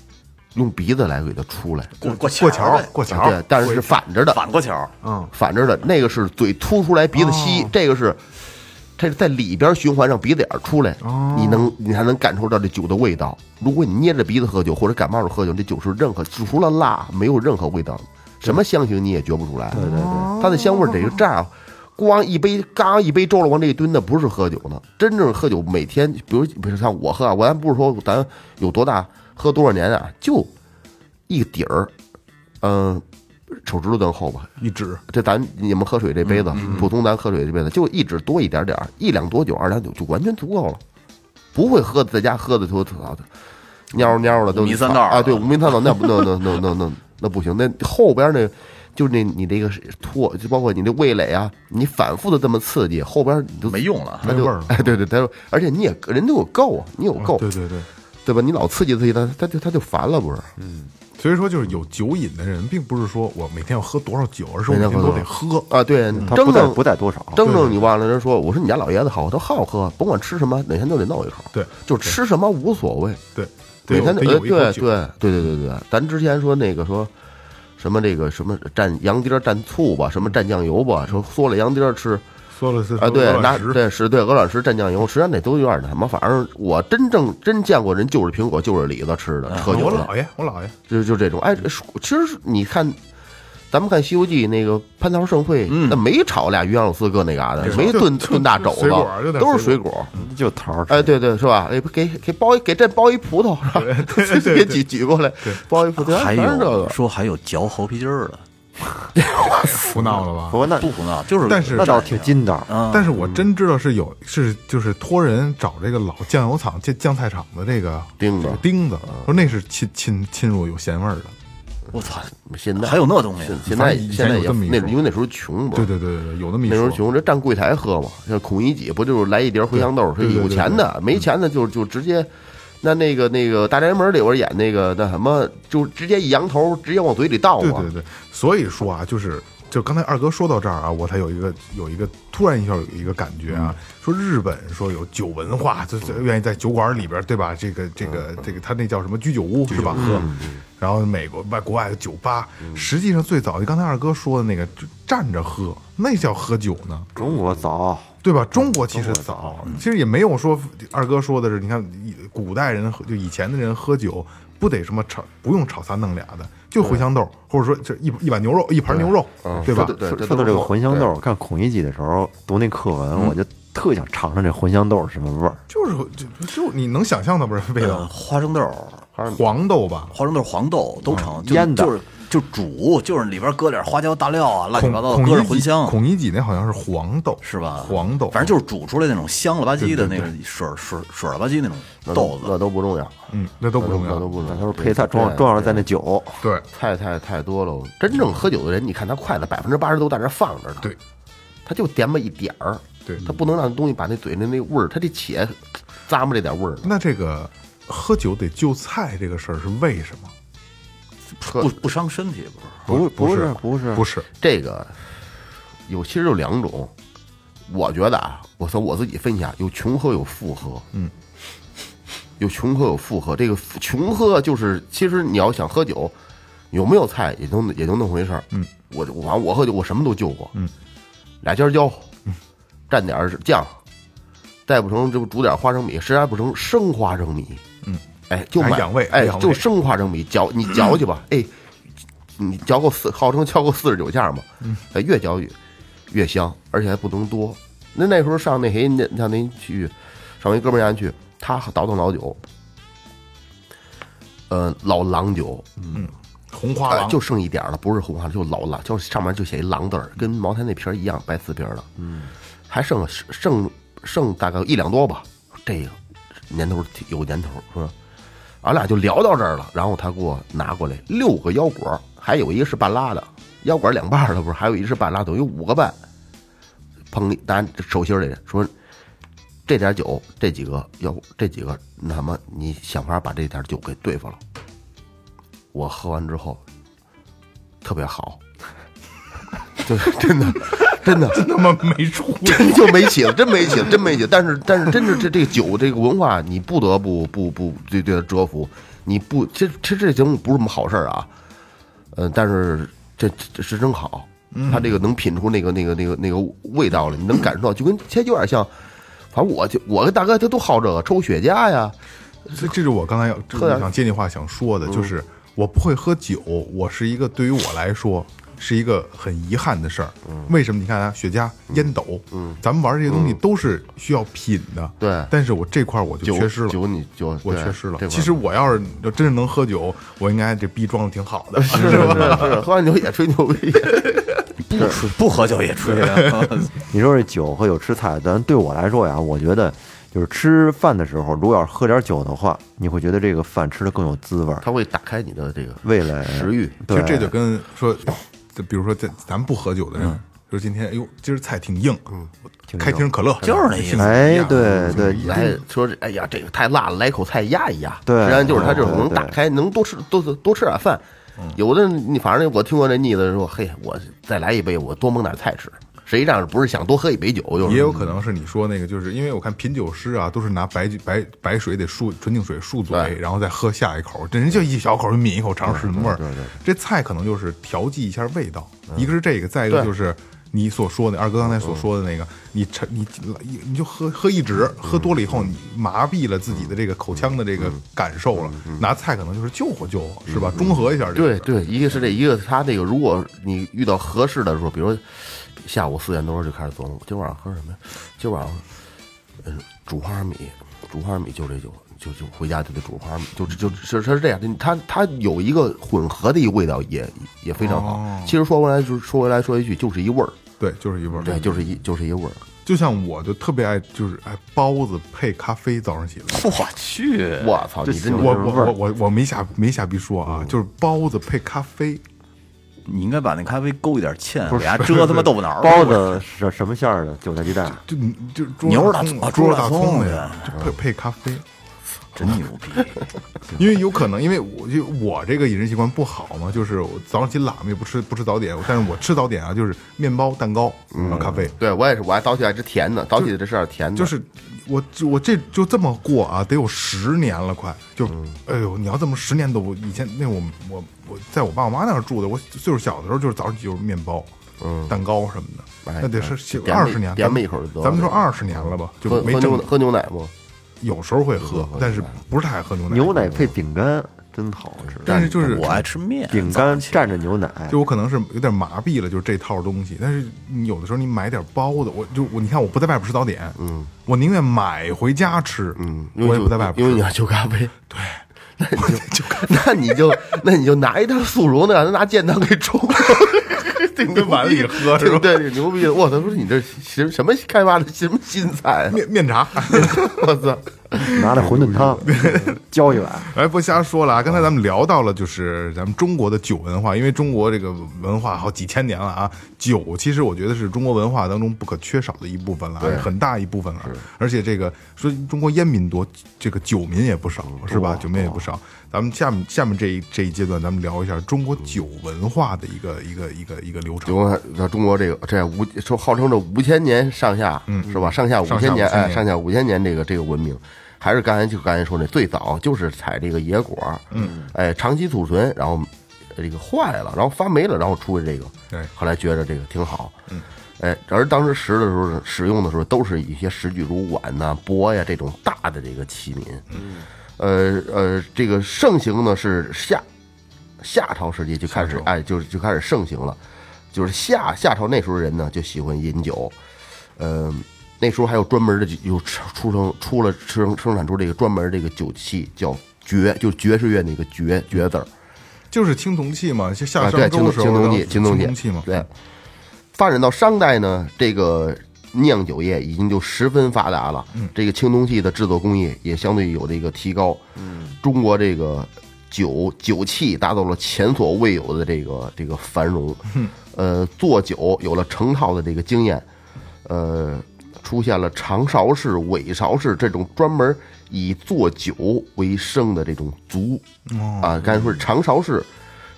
用鼻子来给它出来。 过过过桥呗过桥， 对，但是是反着的， 反过桥， 嗯， 反着的那个是嘴凸出来，鼻子吸， 哦这个是它是在里边循环，让鼻子眼儿出来， 哦你能你才能感受到这酒的味道。如果你捏着鼻子喝酒或者感冒时喝酒，这酒是任何除了辣没有任何味道，什么香型你也觉不出来。对对对，它的香味儿得是这样。光一杯，刚一杯粥了往这一蹲，那不是喝酒呢。真正喝酒，每天，比如比如像我喝啊，我咱不是说咱有多大，喝多少年啊，就一底儿，嗯、手指头那厚吧， 一指这咱你们喝水这杯子，普通咱喝水这杯子，就一指多一点点儿，一两多酒，二两酒就完全足够了，不会喝在家喝的都特的蔫蔫的都五迷三道啊，对，五迷三道那不那那那那那那不行，那后边那。就是那你这个唾，就包括你这味蕾啊，你反复的这么刺激，后边你就没用了， 它就没味儿了哎，对对，它而且你也人都有够啊，你有够， 对对对。 对吧？你老刺激刺激他，他就他就烦了，不是？ 所以说，就是有酒瘾的人，并不是说我每天要喝多少酒，而是我每天都得喝。 啊，对， 他不带真正不带多少， 真正你忘了人说，我说你家老爷子好，他好喝，甭管吃什么，哪天都得弄一口。 对， 就吃什么无所谓。 对， 每天得呃对对有一口酒。 对对对对，咱之前说那个说什么这个什么蘸羊丁儿蘸醋吧，什么蘸酱油吧，说嗦了羊丁儿吃。 说了是啊，对，拿十对是对鹅卵石蘸酱油，实际上那都有点他妈，反正我真正真见过人就是苹果就是李子吃的，喝酒的， 我姥爷，我姥爷， 就就这种。哎，其实你看，咱们看《西游记》那个蟠桃盛会，那没炒俩鱼香肉丝搁那嘎达，没炖炖大肘子水果就，点都是水水果。 就桃儿吃。 哎，对对，是吧？哎，给给包一给这包一葡萄，是吧？ 对对给举举过来，包一葡萄， 还全是这个。 有说还有嚼猴皮筋儿的， 胡闹了吧？ 不过那不胡闹，就是但是那倒挺筋道， 啊， 但是我真知道是有是就是托人找这个老酱油厂酱酱菜厂的这个钉子这个钉子，说那是侵侵侵入有咸味儿的。 我操， 现在还有那东西现现在反正以前现在也有这么一说那因为那时候穷，不对是？ 对对对，有那么一说。 那时候穷，这站柜台喝嘛，像孔乙己不就是来一碟茴香豆？是对对对有钱的，没钱的就就直接。那那个那个大宅门里边演那个那什么，就直接一扬头，直接往嘴里倒嘛。 对对对，所以说啊，就是就刚才二哥说到这儿啊，我才有一个有一个突然一下有一个感觉啊，说日本说有酒文化，就是愿意在酒馆里边对吧？这个这个这个他那叫什么居酒屋是吧？喝，然后美国外国外的酒吧，实际上最早就刚才二哥说的那个就站着喝，那叫喝酒呢。 中国早， 对吧？中国其实早，其实也没有说二哥说的是，你看古代人喝就以前的人喝酒不得什么炒，不用炒仨弄俩的，就茴香豆，或者说这一一碗牛肉，一盘牛肉，对吧？ 对对对， 说到这个茴香豆， 对我看孔乙己的时候读那课文，我就特想尝尝这茴香豆是什么味儿。 就是就就你能想象的不是味呃， 道？ 花生豆儿、 黄豆吧， 花生豆儿、黄豆都成，就腌的就是就煮，就是里边搁点花椒、大料啊，乱七孔八糟的，搁孔乙己点茴香， 孔乙己那好像是黄豆， 是吧？ 黄豆， 反正就是煮出来那种香了吧唧的那对个水水水了吧唧那种那豆子， 都那都不重要， 嗯，那都不重要。 那都不重要。 他说配菜重要重要的在那酒， 对菜太太多了。真正喝酒的人，你看他筷子百分之八十都在那放着呢， 对， 他就点吧一点儿， 对他不能让东西把那嘴里那味儿，他得且咂摸这点味儿呢。 那这个喝酒得就菜这个事儿是为什么？ 喝不不伤身体，不是？ 不不是不是不是， 这个有其实有两种，我觉得啊，我从我自己分析啊，有穷喝有富喝， 嗯， 有穷喝有富喝。这个穷喝就是，其实你要想喝酒，有没有菜也就也就那么回事儿。 嗯， 我我反正我喝酒我什么都就过， 嗯， 俩尖椒，嗯，蘸点儿酱，再不成这不煮点花生米，实在不成生花生米， 嗯， 哎，就买还养胃哎养，胃就生花生米嚼，你嚼去吧，哎，你嚼够四，号称嚼够四十九下嘛， 嗯， 哎，越嚼越越香，而且还不能多。那那时候上那谁那上那去，上一哥们儿家去，他倒腾老酒，呃，老郎酒， 红花郎呃就剩一点儿了，不是红花，就老郎，就是上面就写一郎字儿，跟茅台那瓶儿一样，白瓷瓶儿的，嗯，还剩剩剩大概一两多吧，这个年头挺有年头是吧？俺俩就聊到这儿了，然后他给我拿过来六个腰果，还有一个是半拉的，腰果两半的不是，还有一个是半拉，等于五个半。捧咱手心里说，这点酒，这几个要这几个，那么你想法把这点酒给对付了。我喝完之后特别好，就是真的， 真的真他妈没出息。 真就没起了，真没起了，真没起了。但是但是真是这这个酒这个文化，你不得不不不对对它折服。你不，其实其实这节目不是什么好事儿啊，呃，但是这这是真好，它这个能品出那个那个那个那个味道来，你能感受到，就跟其实有点像，反正我就我跟大哥他都好这个抽雪茄呀。 这这是我刚才要喝点想接你话想说的，就是我不会喝酒，我是一个对于我来说是一个很遗憾的事儿。为什么？你看啊，雪茄、烟斗，嗯，咱们玩这些东西都是需要品的， 对。 但是我这块我就缺失了， 酒你就我缺失了。 其其实我要是真正能喝酒，我应该这逼装的挺好的， 是吧？是喝完酒也吹牛逼。 不吹不喝酒也吹啊！ 你说这酒和酒吃菜，咱对我来说呀，我觉得就是吃饭的时候，如果要是喝点酒的话，你会觉得这个饭吃的更有滋味， 它会打开你的这个味蕾食欲。 其实这就跟说，就比如说咱咱不喝酒的人，说今天哎呦今儿菜挺硬，嗯，开瓶可乐就是那意思。 哎，对对， 来说这哎呀这个太辣了，来口菜压一压。 对， 实际上就是它这种能打开，能多吃多多吃点饭。有的你反正我听过这腻子说，嘿，我再来一杯，我多蒙点菜吃。实际上不是想多喝一杯酒， 也有可能是你说那个，就是因为我看品酒师啊，都是拿白白白水得漱纯净水漱嘴，然后再喝下一口，这人就一小口抿一口尝试什么味儿。 对对， 这菜可能就是调剂一下味道，一个是这个，再一个就是你所说的二哥刚才所说的那个，你沉你你就喝喝一直喝多了以后，你麻痹了自己的这个口腔的这个感受了，拿菜可能就是救活救活，是吧？中和一下。 对对，一个是这，一个他这个，如果你遇到合适的时候，比如下午四点多就开始琢磨，今晚上喝什么呀？今晚上嗯煮花生米，煮花生米就这酒。就就回家就得煮花生米，就就就是是这样，它它有一个混合的一个味道也，也也非常好。 哦、 其实说回来就是说回来说一句，就是一味儿， 对，就是一味儿， 对，就是一就是一味儿。 就像我就特别爱，就是爱包子配咖啡，早上起来。 我去， 我操，你真我我我我我没瞎没瞎逼说啊，就是包子配咖啡。 你应该把那咖啡勾一点芡，给它遮他妈豆腐脑。 包子是什么馅儿的？韭菜鸡蛋， 就就牛肉大葱， 猪肉大葱的呀，配配咖啡。 真牛逼！ 因为有可能，因为我就我这个饮食习惯不好嘛，就是我早上起懒嘛，也不吃不吃早点，但是我吃早点啊，就是面包、蛋糕，然后咖啡。 对我也是，我还早起来吃甜的，早起这是点甜的。 就是我我这就这么过啊，得有十年了，快就哎呦，你要这么十年都不以前那我我我在我爸我妈那儿住的，我岁数小的时候就是早上起就是面包、嗯蛋糕什么的，那得是二十年， 点一口就咱们说二十年了吧，就没喝牛喝牛奶不？ 有时候会喝，但是不是太爱喝牛奶。 牛奶配饼干真好吃， 但是就是我爱吃面， 饼干蘸着牛奶， 就我可能是有点麻痹了，就是这套东西。但是你有的时候你买点包子，我就我你看我不在外边吃早点，嗯，我宁愿买回家吃，嗯，我也不在外边吃， 因为你要就咖啡， 对， 那你就那你就那你就拿一袋速溶的，让他拿健汤给冲。 顶在碗里喝是吧？ 对，牛逼！我操，说你这什什么开发的什么新菜？ 面面茶， 我操！ 拿来馄饨汤浇一碗。 哎，不瞎说了啊！刚才咱们聊到了，就是咱们中国的酒文化，因为中国这个文化好几千年了啊，酒其实我觉得是中国文化当中不可缺少的一部分了，很大一部分了。而且这个说中国烟民多，这个酒民也不少，是吧？酒民也不少。咱们下面下面这一这一阶段，咱们聊一下中国酒文化的一个一个一个一个流程。 酒中国这个这五说号称这五千年上下，嗯，是吧？上下五千年，哎，上下五千年这个这个文明，还是刚才就刚才说那最早就是采这个野果，嗯，哎，长期储存，然后这个坏了，然后发霉了，然后出的这个， 对， 后来觉得这个挺好，嗯，哎，而当时食的时候使用的时候都是一些食具如碗呐、钵呀这种大的这个器皿，嗯。呃呃，这个盛行呢是夏夏朝时期就开始，哎，就是就开始盛行了，就是夏夏朝那时候人呢就喜欢饮酒，呃，那时候还有专门的有出生出了生生产出这个专门这个酒器叫爵，就爵士乐那个爵爵字儿， 就是青铜器嘛，就夏商周的时候青铜器， 青铜器嘛， 对。发展到商代呢，这个酿酒业已经就十分发达了，嗯，这个青铜器的制作工艺也相对有这个提高，嗯，中国这个酒酒器达到了前所未有的这个这个繁荣，嗯，呃，做酒有了成套的这个经验，呃，出现了长勺式、尾勺式这种专门以做酒为生的这种族，哦、啊，刚才说是长勺式，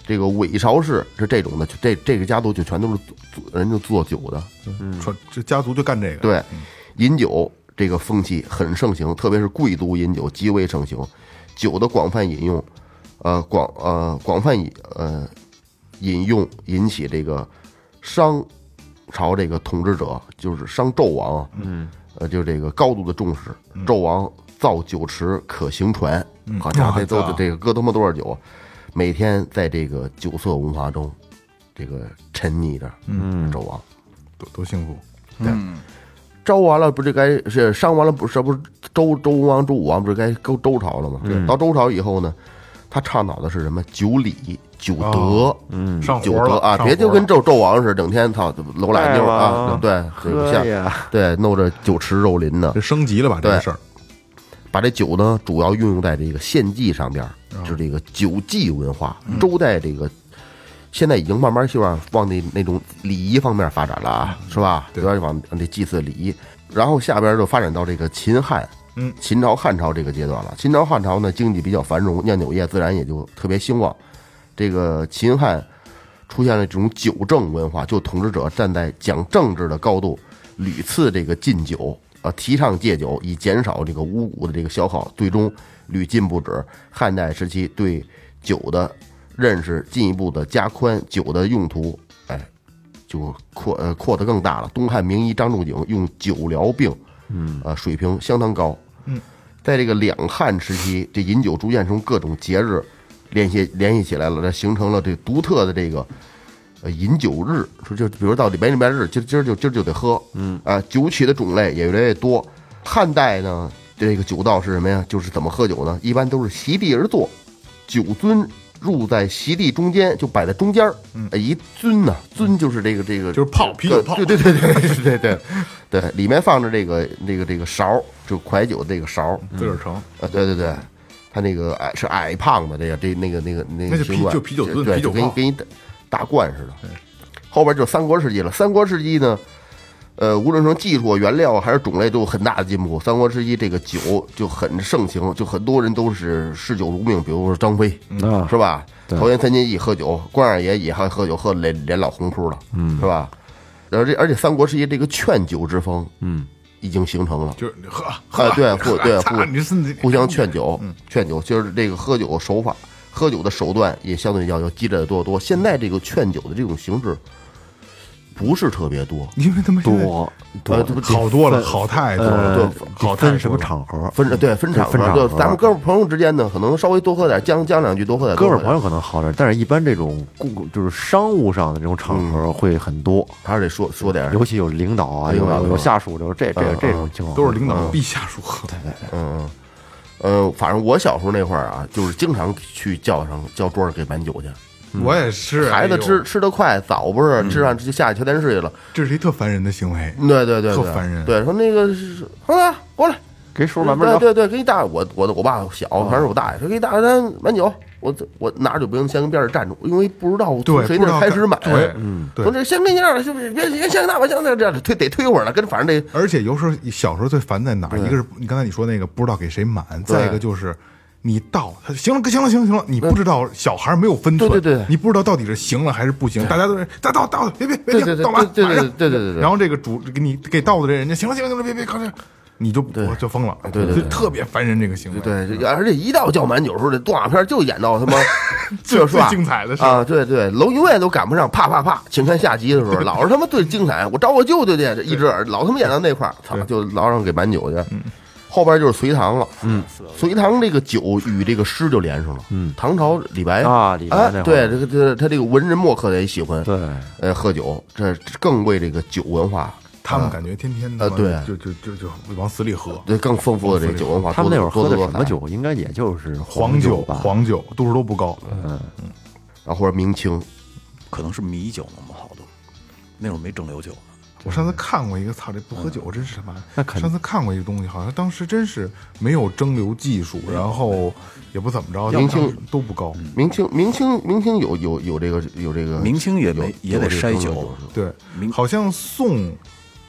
这个韦韶氏是这种的，就这这个家族就全都是做人就做酒的， 传这家族就干这个。 对，饮酒这个风气很盛行，特别是贵族饮酒极为盛行，酒的广泛饮用，呃广呃广泛饮呃饮用引起这个商朝这个统治者就是商纣王，嗯，呃就这个高度的重视，纣王造酒池可行船，好家伙，这都这个搁他妈多少酒，每天在这个酒色文化中，这个沉溺着，嗯，纣王多多幸福。 对。周完了不是该是商完了不是不是周周文王周武王不是该周周朝了吗？到周朝以后呢，他倡导的是什么酒礼酒德， 哦、嗯，上酒德啊，别就跟周纣王似的，整天操搂俩妞啊，对，像对弄着酒池肉林的， 这升级了吧？这个事儿， 把这酒呢主要运用在这个献祭上边，就是这个酒祭文化。周代这个。现在已经慢慢希望往那那种礼仪方面发展了啊，是吧？主要往这祭祀礼仪，然后下边就发展到这个秦汉，嗯，秦朝汉朝这个阶段了。秦朝汉朝呢，经济比较繁荣，酿酒业自然也就特别兴旺。这个秦汉出现了这种酒政文化，就统治者站在讲政治的高度，屡次这个禁酒，呃，提倡戒酒，以减少这个五谷的这个消耗，最终屡禁不止。汉代时期对酒的认识进一步的加宽，酒的用途，哎，就扩呃扩得更大了。东汉名医张仲景用酒疗病，嗯，呃，水平相当高。嗯，在这个两汉时期，这饮酒逐渐从各种节日联系联系起来了，这形成了这独特的这个呃饮酒日。说就比如到礼拜礼拜日，今今儿就今儿就得喝，嗯啊，酒曲的种类也越来越多。汉代呢，这个酒道是什么呀？就是怎么喝酒呢？一般都是席地而坐，酒樽入在席地中间，就摆在中间儿。嗯，一樽呢，樽就是这个这个， 就是泡啤酒泡。 对对对对对对对对，里面放着这个这个这个勺，就蒯酒的这个勺， 自个儿盛。 啊，对对对，他那个矮是矮胖的这个这那个那个那个形状， 就啤酒樽， 对， 啤酒跟跟一大罐似的。后边就是三国时期了，三国时期呢。呃，无论从技术、原料还是种类都有很大的进步。三国时期这个酒就很盛行，就很多人都是嗜酒如命，比如说张飞，嗯、是吧？桃园三结义喝酒，关二爷也还喝酒，喝脸脸老红扑了，嗯，是吧？然后这而且三国时期这个劝酒之风，嗯，已经形成了， 就是喝喝， 啊，对，互对互互互相劝酒，劝酒就是这个喝酒手法，喝酒的手段也相对要要激烈的多得多。现在这个劝酒的这种形式。不是特别多， 因为他们多多好多了，好太多了， 对，好分什么场合， 分对分场合，就咱们哥们朋友之间呢，可能稍微多喝点，讲讲两句，多喝点。 哥们朋友可能好点，但是一般这种公就是商务上的这种场合会很多， 还是得说说点， 尤其有领导啊，有有下属，就是这这这种情况， 都是领导逼下属喝。 对对对， 嗯嗯，呃，反正我小时候那会儿啊，就是经常去叫上叫桌上给满酒去。 我也是， 孩子吃吃得快，早不是吃上就下去瞧电视去了， 这是一特烦人的行为。 对对对， 特烦人。 对，说那个啊，过来， 给叔慢慢聊。 对对对，给你大我我我爸小，反正我大爷说给你大咱满酒，我我拿着就不用先跟边上站住，因为不知道从谁那开始买。 对，嗯，对。 我这先跟你样了，是不是？别别先大我先这样推得推会儿了，跟反正得。 而且有时候小时候最烦在哪儿？一个是你刚才你说那个不知道给谁满，再一个就是。你倒他行了，行了，行了，行了，你不知道小孩没有分寸， 对对对， 你不知道到底是行了还是不行，大家都是再倒倒，别别别停，倒完， 对对对对对。 然后这个主给你给倒的这人家，行了行了行了，别别靠这，你就我就疯了， 对对， 特别烦人这个行为。 对，而且一到叫满酒时候，这动画片就演到他妈最最精彩的是啊，对对，楼永远都赶不上，啪啪啪，请看下集的时候，老是他妈最精彩。我找我舅舅去，这一只耳老他妈演到那块儿，操，就老让给满酒去。后边就是隋唐了，嗯，隋唐这个酒与这个诗就连上了，嗯，唐朝李白啊，李白那对这个这他这个文人墨客也喜欢， 对， 呃，喝酒，这更为这个酒文化， 他们感觉天天的， 呃，对， 就就就就往死里喝， 对，更丰富的这个酒文化。 他们那会儿喝的什么酒？应该也就是黄酒吧，黄酒度数都不高， 嗯嗯，然后或者明清， 可能是米酒那么好的，那会儿没蒸馏酒。 我上次看过一个，操，这不喝酒真是什么？上次看过一个东西，好像当时真是没有蒸馏技术，然后也不怎么着， 明清都不高。 明清明清明清有有有这个有这个， 明清也没也得筛酒， 对，好像宋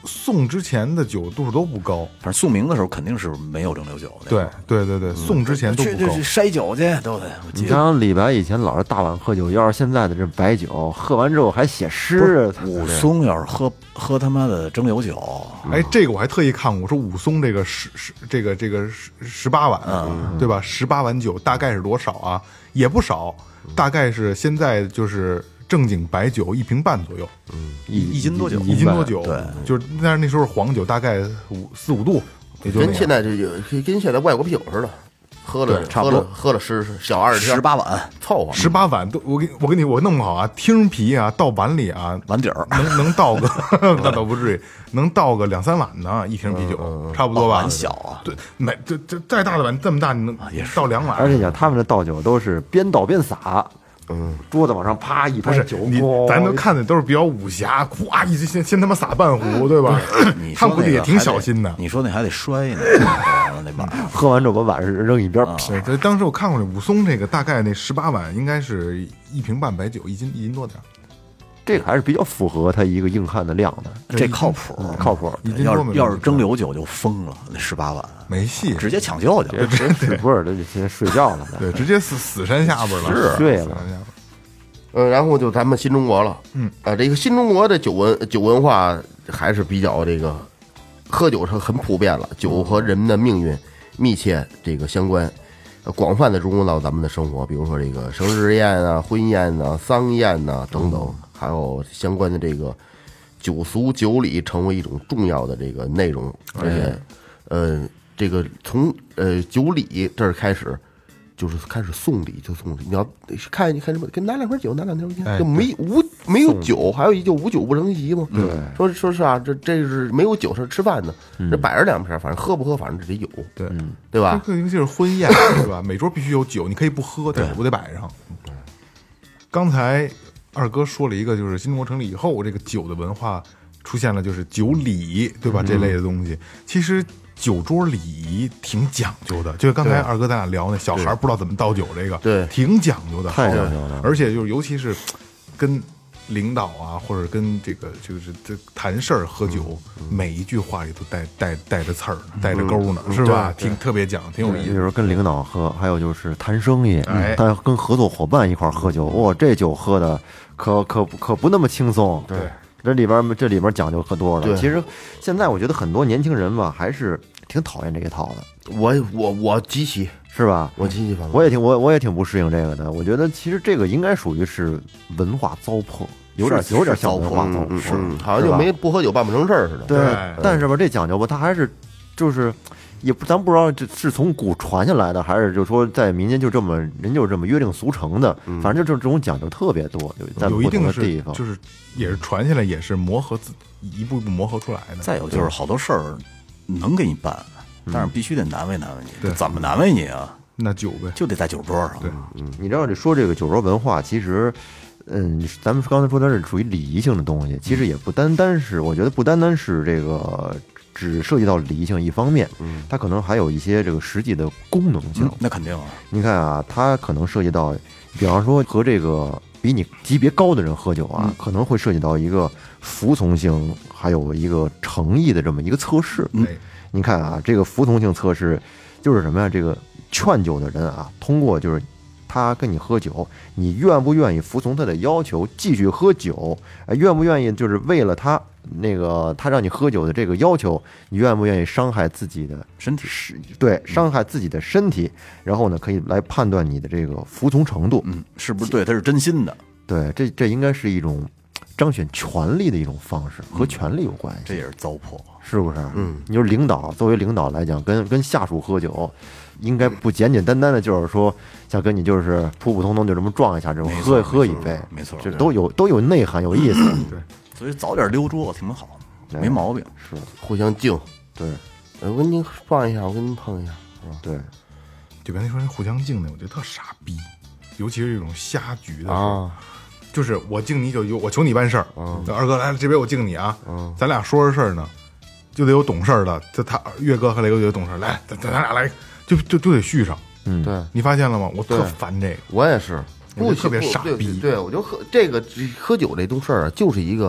送之前的酒度数都不高。 反正送名的时候肯定是没有蒸馏酒的。 对对对对，送之前都不高去去去。筛酒去都得。我记得你想李白以前老是大碗喝酒，要是现在的这白酒，喝完之后还写诗， 武松要是喝喝他妈的蒸馏酒， 哎，这个我还特意看过，说武松这个十十这个这个十十八碗，对吧？十八碗酒大概是多少啊？也不少，大概是现在就是正经白酒一瓶半左右， 一一斤多酒， 一斤多酒， 对， 就是但是那时候黄酒大概五四五度，也就那样跟现在这就跟现在外国啤酒似的，喝了差不多喝了喝了十小二十十八碗凑合。 十八碗都，我给我给你我弄不好啊，听啤啊到碗里啊， 碗底儿， 能能倒个那倒不至于，能倒个两三碗呢，一瓶啤酒差不多吧？ 碗小啊， 对，没这这再大的碗这么大，你能倒两碗？ 而且讲他们的倒酒都是边倒边洒，嗯，桌子往上啪一不是拍酒， 你， 咣咱都看的都是比较武侠，咵一先先他妈撒半壶，对吧？ 你他说那个们估计也挺小心的。 你说那还得摔呢，那碗喝完之后把碗扔一边， 对，这当时我看过这武松这个，大概那十八碗应该是一瓶半白酒，一斤一斤多点儿， 这个还是比较符合他一个硬汉的量的， 这靠谱， 靠谱。 一斤要多没问题是要是蒸馏酒就疯了，那十八碗没戏， 直接抢救去了。 这这不是，这就现在睡觉了， 对，直接死死山下边了， 是睡了死山下边。 呃，然后就咱们新中国了， 嗯啊，这个新中国的酒文酒文化还是比较这个，喝酒是很普遍了，酒和人们的命运密切这个相关，呃广泛的融入到咱们的生活，比如说这个生日宴啊、婚宴啊、丧宴呐、等等，还有相关的这个酒俗酒礼成为一种重要的这个内容，而且，呃，这个从呃酒礼这儿开始。就是开始送礼就送礼，你要看你看什么，跟拿两瓶酒，拿两瓶酒， 哎就没无没有酒，还有一就无酒不成席嘛。 对， 说说实话，这这是没有酒是吃饭的，这摆着两瓶，反正喝不喝，反正这得有， 对， 对吧？ 这个尤其是婚宴，是吧？每桌必须有酒，你可以不喝，但是我得摆上。刚才二哥说了一个，就是新中国成立以后，这个酒的文化出现了，就是酒礼，对吧？这类的东西，其实。酒桌礼仪挺讲究的，就是刚才二哥咱俩聊那小孩不知道怎么倒酒，这个对挺讲究的， 太讲究了而且就是尤其是跟领导啊，或者跟这个就是这谈事儿喝酒，每一句话里都带带带着刺儿呢，带着钩呢，是吧？挺特别讲，挺有意思。 比如说跟领导喝，还有就是谈生意， 哎但跟合作伙伴一块儿喝酒，哇，这酒喝的可可可不那么轻松。 对， 这里边这里边讲究可多了。 对其实现在我觉得很多年轻人吧，还是挺讨厌这一套的， 我我我极其是吧？ 我极其反对。 我也挺我我也挺不适应这个的。我觉得其实这个应该属于是文化糟粕，有点是有点像是糟粕文化糟嗯粕， 嗯，好像就吧没不喝酒办不成事儿似的。 对对。 但是吧，这讲究吧，它还是就是。也不，咱不知道这是从古传下来的，还是就说在民间就这么人就这么约定俗成的，反正就这种讲究特别多，就在不同有一定是的地方。 就是也是传下来，也是磨合自一步一步磨合出来的。 再有就是好多事儿能给你办，但是必须得难为难为你。 对怎么难为你啊？ 那酒呗， 就得在酒桌上。 对你知道，这说这个酒桌文化，其实，嗯，咱们刚才说它是属于礼仪性的东西，其实也不单单是，我觉得不单单是这个只涉及到礼仪性一方面，嗯，它可能还有一些这个实际的功能性。 那肯定啊。 你看啊，它可能涉及到，比方说和这个比你级别高的人喝酒啊，可能会涉及到一个服从性，还有一个诚意的这么一个测试。 嗯， 你看啊，这个服从性测试就是什么呀？这个劝酒的人啊，通过就是他跟你喝酒，你愿不愿意服从他的要求继续喝酒？哎，愿不愿意就是为了他那个他让你喝酒的这个要求，你愿不愿意伤害自己的身体是对伤害自己的身体？然后呢，可以来判断你的这个服从程度。 嗯，是不是对他是真心的？ 对，这这应该是一种彰显权力的一种方式，和权力有关系。 这也是糟粕。 是不是？嗯，你说领导作为领导来讲，跟跟下属喝酒，应该不简简单单的就是说，像跟你就是普普通通就这么撞一下，这种没错喝喝一杯， 没错这都有都有内涵，有意思。 对， 所以早点溜桌子挺好，没毛病。 是， 互相敬， 对呃我跟您撞一下，我跟您碰一下，是吧？ 对， 就刚才说那互相敬的，我觉得特傻逼，尤其是这种瞎局的时候。 啊， 就是我敬你就有我求你办事儿，二哥来这边我敬你啊，咱俩说着事儿呢，就得有懂事儿的，这他岳哥和雷哥就有懂事儿，来咱咱俩来，就就就得续上， 嗯， 对， 你发现了吗？我特对烦这个， 我也是，不我觉得特别不傻逼对，对我就喝这个喝酒这种事儿啊，就是一个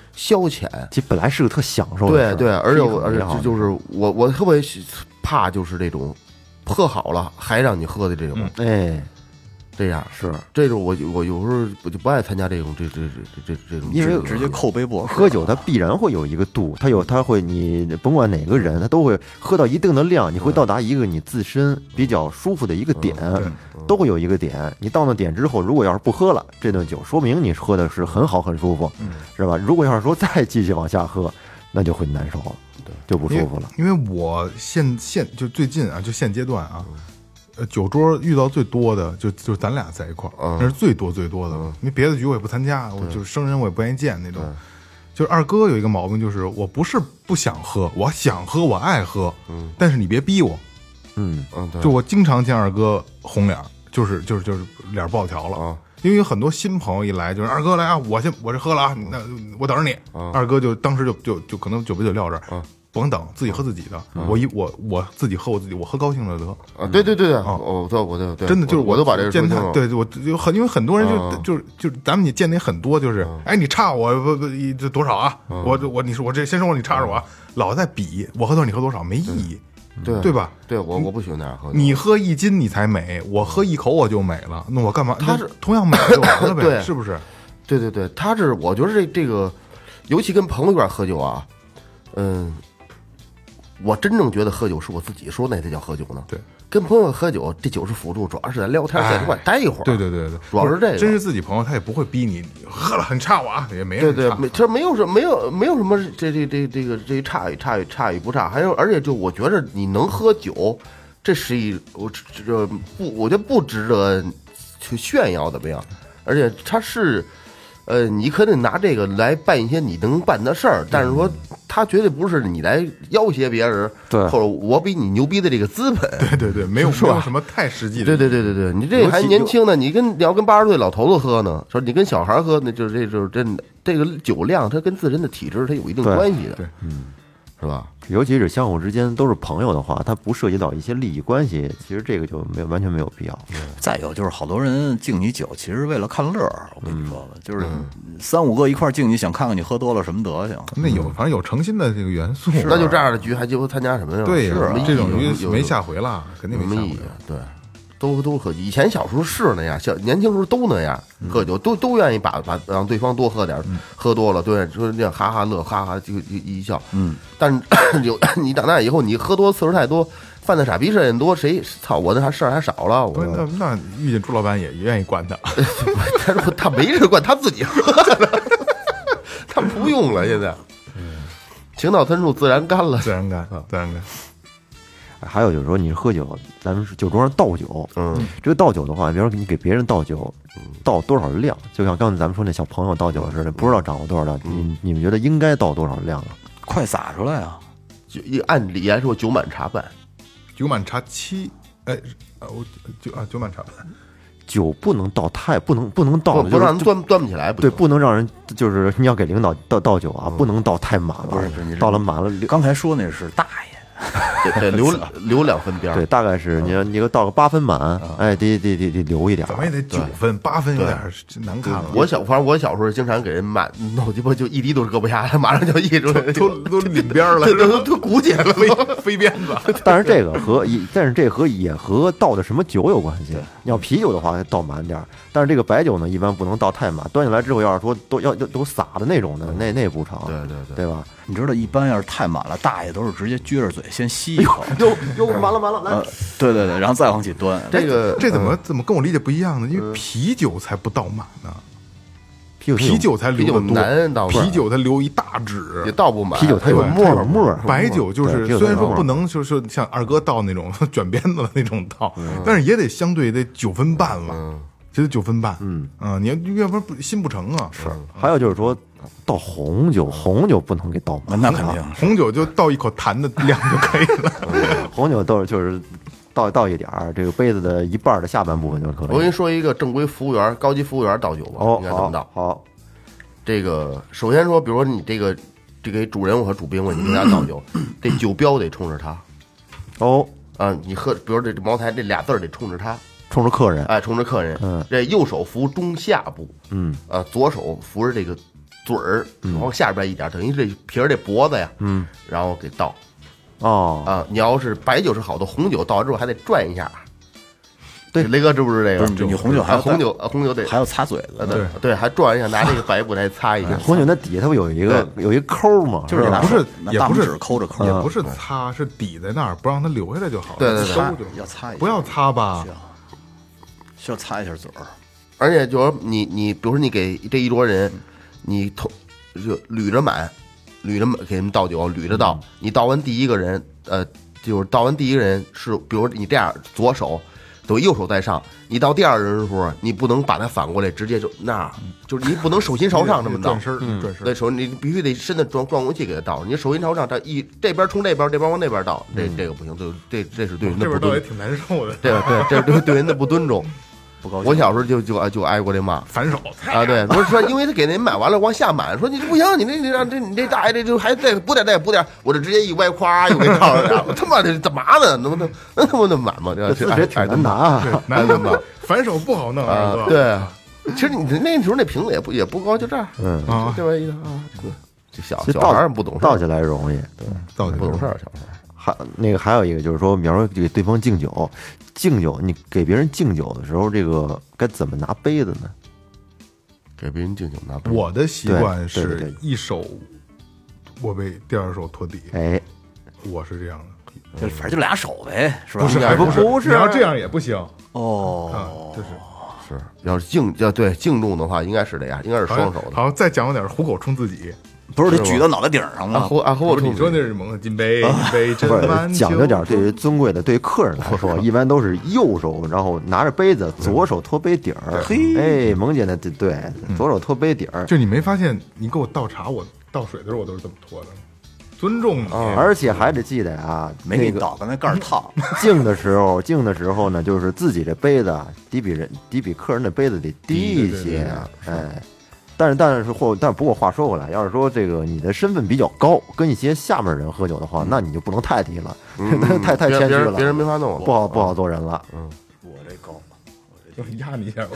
消遣。 其实本来是个特享受的事儿， 对对，而且我而且是一个很美好的就就是我我特别怕就是这种喝好了还让你喝的这种。 哎， 这样是这种我我有时候我就不爱参加这种这这这这这种， 因为直接扣杯不喝酒它必然会有一个度，它有它会你甭管哪个人，他都会喝到一定的量，你会到达一个你自身比较舒服的一个点，都会有一个点。你到那点之后，如果要是不喝了，这顿酒说明你喝的是很好很舒服，是吧？如果要是说再继续往下喝，那就会难受了，就不舒服了。 因为因为我现现就最近啊，就现阶段啊。呃，酒桌遇到最多的就就咱俩在一块儿，那是最多最多的。因为别的局我也不参加，我就是生人我也不愿意见那种。就是二哥有一个毛病，就是我不是不想喝，我想喝，我爱喝，但是你别逼我。 嗯嗯， 就我经常见二哥红脸，就是就是就是脸不好调了。因为有很多新朋友一来就是二哥来啊，我先我这喝了啊，那我等着你。二哥就当时就就就可能酒杯就撂这儿。甭等，自己喝自己的。我一我我自己喝我自己，我喝高兴了得。 啊，对对对对，哦，对，我对对， 真的就是我都把这个见他， 说清了。 对我就很因为很多人就就是就是咱们你见的也很多，就是哎你差我不不这多少啊？我我你说我这先说你差着我，老在比我喝多少你喝多少没意义， 对对吧？ 对我我不喜欢那样喝。 你喝一斤你才美，我喝一口我就美了，那我干嘛？ 他是同样美就完了呗， 对是不是？ 对对对，他是我觉得这这个，尤其跟朋友一块喝酒啊，嗯。我真正觉得喝酒是我自己说那才叫喝酒呢。 对， 跟朋友喝酒，这酒是辅助，主要是在聊天，在一块待一会儿。 对对对对， 主要是这个。 真是自己朋友，他也不会逼你，你喝了很差我啊，也没人对对，没，这没有什没有没有什么这这这这个这差与差与差与不差，还有而且就我觉得你能喝酒，这是一我这不我觉得不值得去炫耀怎么样？而且它是。呃，你可得拿这个来办一些你能办的事儿，但是说他绝对不是你来要挟别人， 对， 或者我比你牛逼的这个资本， 对对对，没有没有什么太实际的， 对对对对对，你这还年轻呢，你跟你要跟八十岁老头子喝呢，说你跟小孩喝，那就是这就是真的，这个酒量它跟自身的体质它有一定关系的， 对， 嗯，是吧？ 尤其是相互之间都是朋友的话，它不涉及到一些利益关系，其实这个就没有完全没有必要。 再有就是好多人敬你酒，其实为了看乐儿。我跟你说吧，就是三五个一块儿敬你，想看看你喝多了什么德行。 那有反正有诚心的这个元素， 那就这样的局还就参加什么呀？ 对呀，这种局有没下回了，肯定没下回意义。对。都都喝酒，以前小时候是那样，小年轻时候都那样，喝酒都都愿意把把让对方多喝点，喝多了对，说这样哈哈乐，哈哈就一笑。嗯，但是有你长大以后，你喝多次数太多，犯的傻逼事儿也多，谁操我那事儿还少了？我那那遇见朱老板也愿意管他， 他说他没人管，他自己喝的，他不用了，现在。情到深处自然干了， 自然干，自然干。 还有就是说，你喝酒，咱们是酒桌上倒酒，嗯，这个倒酒的话，比如说你给别人倒酒，倒多少量，就像刚才咱们说那小朋友倒酒似的，不知道掌握多少量，你你们觉得应该倒多少量啊？ 快洒出来啊！ 就按理来说，酒满茶半， 酒满茶七，哎，啊，我酒啊，酒满茶半。 酒不能倒太，不能不能倒， 不让人端端不起来。 对，不能让人就是你要给领导倒倒酒啊，不能倒太满了，倒了满了。 刚才说那是大爷。 对，留留两分边。 对，大概是你你倒个八分满，哎，得得得得留一点。 怎么也得九分，八分有点难看了。 我小，反正我小时候经常给人满弄鸡巴，就一滴都是搁不下来，马上就溢出来， 都都领边了， 都都鼓起来了， 飞飞鞭子。 但是这个和但是这和也和倒的什么酒有关系。你要啤酒的话，倒满点，但是这个白酒呢，一般不能倒太满。端起来之后，要是说都要要都洒的那种的，那那不成。 对对对， 对吧？ 你知道，一般要是太满了，大爷都是直接撅着嘴先吸一口， 哟哟，完了完了，来， 对对对，然后再往起端。 这个这怎么怎么跟我理解不一样呢？因为啤酒才不倒满呢， 啤酒啤酒才留的多，啤酒它留一大纸， 也倒不满。 啤酒它有沫儿沫儿， 白酒就是虽然说不能就是像二哥倒那种卷鞭子的那种倒，但是也得相对得九分半了。其实九分半，嗯啊，你要要不然心不成啊。 是，还有就是说，倒红酒，红酒不能给倒满， 那肯定， 红酒就倒一口痰的量就可以了。 红酒倒就是倒倒一点儿，这个杯子的一半的下半部分就可以。 我跟你说一个正规服务员、高级服务员倒酒吧， 哦， 应该怎么倒？ 好， 这个首先说，比如说你这个这个主人物和主宾，你给他倒酒，这酒标得冲着他。 哦啊，你喝，比如这这茅台这俩字儿得冲着他。 冲着客人， 哎，冲着客人，嗯，这右手扶中下部，嗯，啊，左手扶着这个嘴儿往下边一点，等于这皮儿这脖子呀，嗯，然后给倒哦， 啊。你要是白酒是好的，红酒倒完之后还得转一下。对，雷哥知不知道这个？ 你红酒还啊红酒，红酒得还要擦嘴子， 对对，还转一下，拿这个白布来擦一下。 红酒那底下它不有一个有一个抠嘛， 就是吧不是拿大拇也不是指抠着抠着， 也不是擦，是抵在那儿，不让它流下来就好了。 对对对收就要擦一下， 不要擦吧需。要需要擦一下嘴儿。 而且就是说你你，比如说你给这一桌人，你同就捋着满，捋着满给他们倒酒，捋着倒。你倒完第一个人，呃，就是倒完第一个人是，比如你这样左手。等右手在上，你到第二人的时候，你不能把它反过来，直接就那，就是你不能手心朝上这么倒转，身儿转身儿。 对手你必须得伸的转转过去给它倒，你手心朝上，它一这边冲这边，这边往那边倒，这这个不行，对，这这是对人的不尊， 这边倒也挺难受的， 这个对，这是对对人的不尊重。 不高兴。 我小时候就就就挨过这骂。 反手啊，对，不是说，因为他给人买完了往下满，说你这不行，你这你让这你这大爷这就还再补点再补点，我这直接一歪，咵又给套上了，我他妈的干嘛呢？能不能能他妈的满吗？这这字也挺难拿啊， 难弄吧？反手不好弄啊啊，， 对。其实你那时候那瓶子也不也不高，就这样， 嗯啊这玩意儿啊，对，这小其实小孩倒儿不懂事儿， 倒起来容易，对。 到底不懂事儿，小孩儿。 还那个还有一个就是说，比方说给对方敬酒，敬酒你给别人敬酒的时候，这个该怎么拿杯子呢？ 给别人敬酒拿杯， 我的习惯对对对是一手握杯，第二手托底， 哎， 我是这样的。 就反正就俩手呗，是吧？ 不是， 应该还不不是你要这样也不行啊， 哦， 就是是要是敬要对敬重的话，应该是这样，应该是好双手的。 好，再讲究点，虎口冲自己。 不是得举到脑袋顶上啊， 吗？ 和啊和我你说那是蒙金杯，金杯斟不满酒是讲究点，对于尊贵的对于客人来说，一般都是右手，然后拿着杯子，左手托杯底儿。哎，萌姐那对对，左手托杯底儿。 就你没发现，你给我倒茶，我倒水的时候我都是这么托的，尊重你。 而且还得记得啊，那个没给你倒，刚才盖儿烫。 敬的时候，敬的时候呢，就是自己这杯子啊，得比人得比客人的杯子得低一些，哎。但是但是或但不过话说回来，要是说这个你的身份比较高，跟一些下面人喝酒的话，那你就不能太低了，太太谦虚了， 别人没法弄了， 不好不好做人了。 我这高， 就压你一下。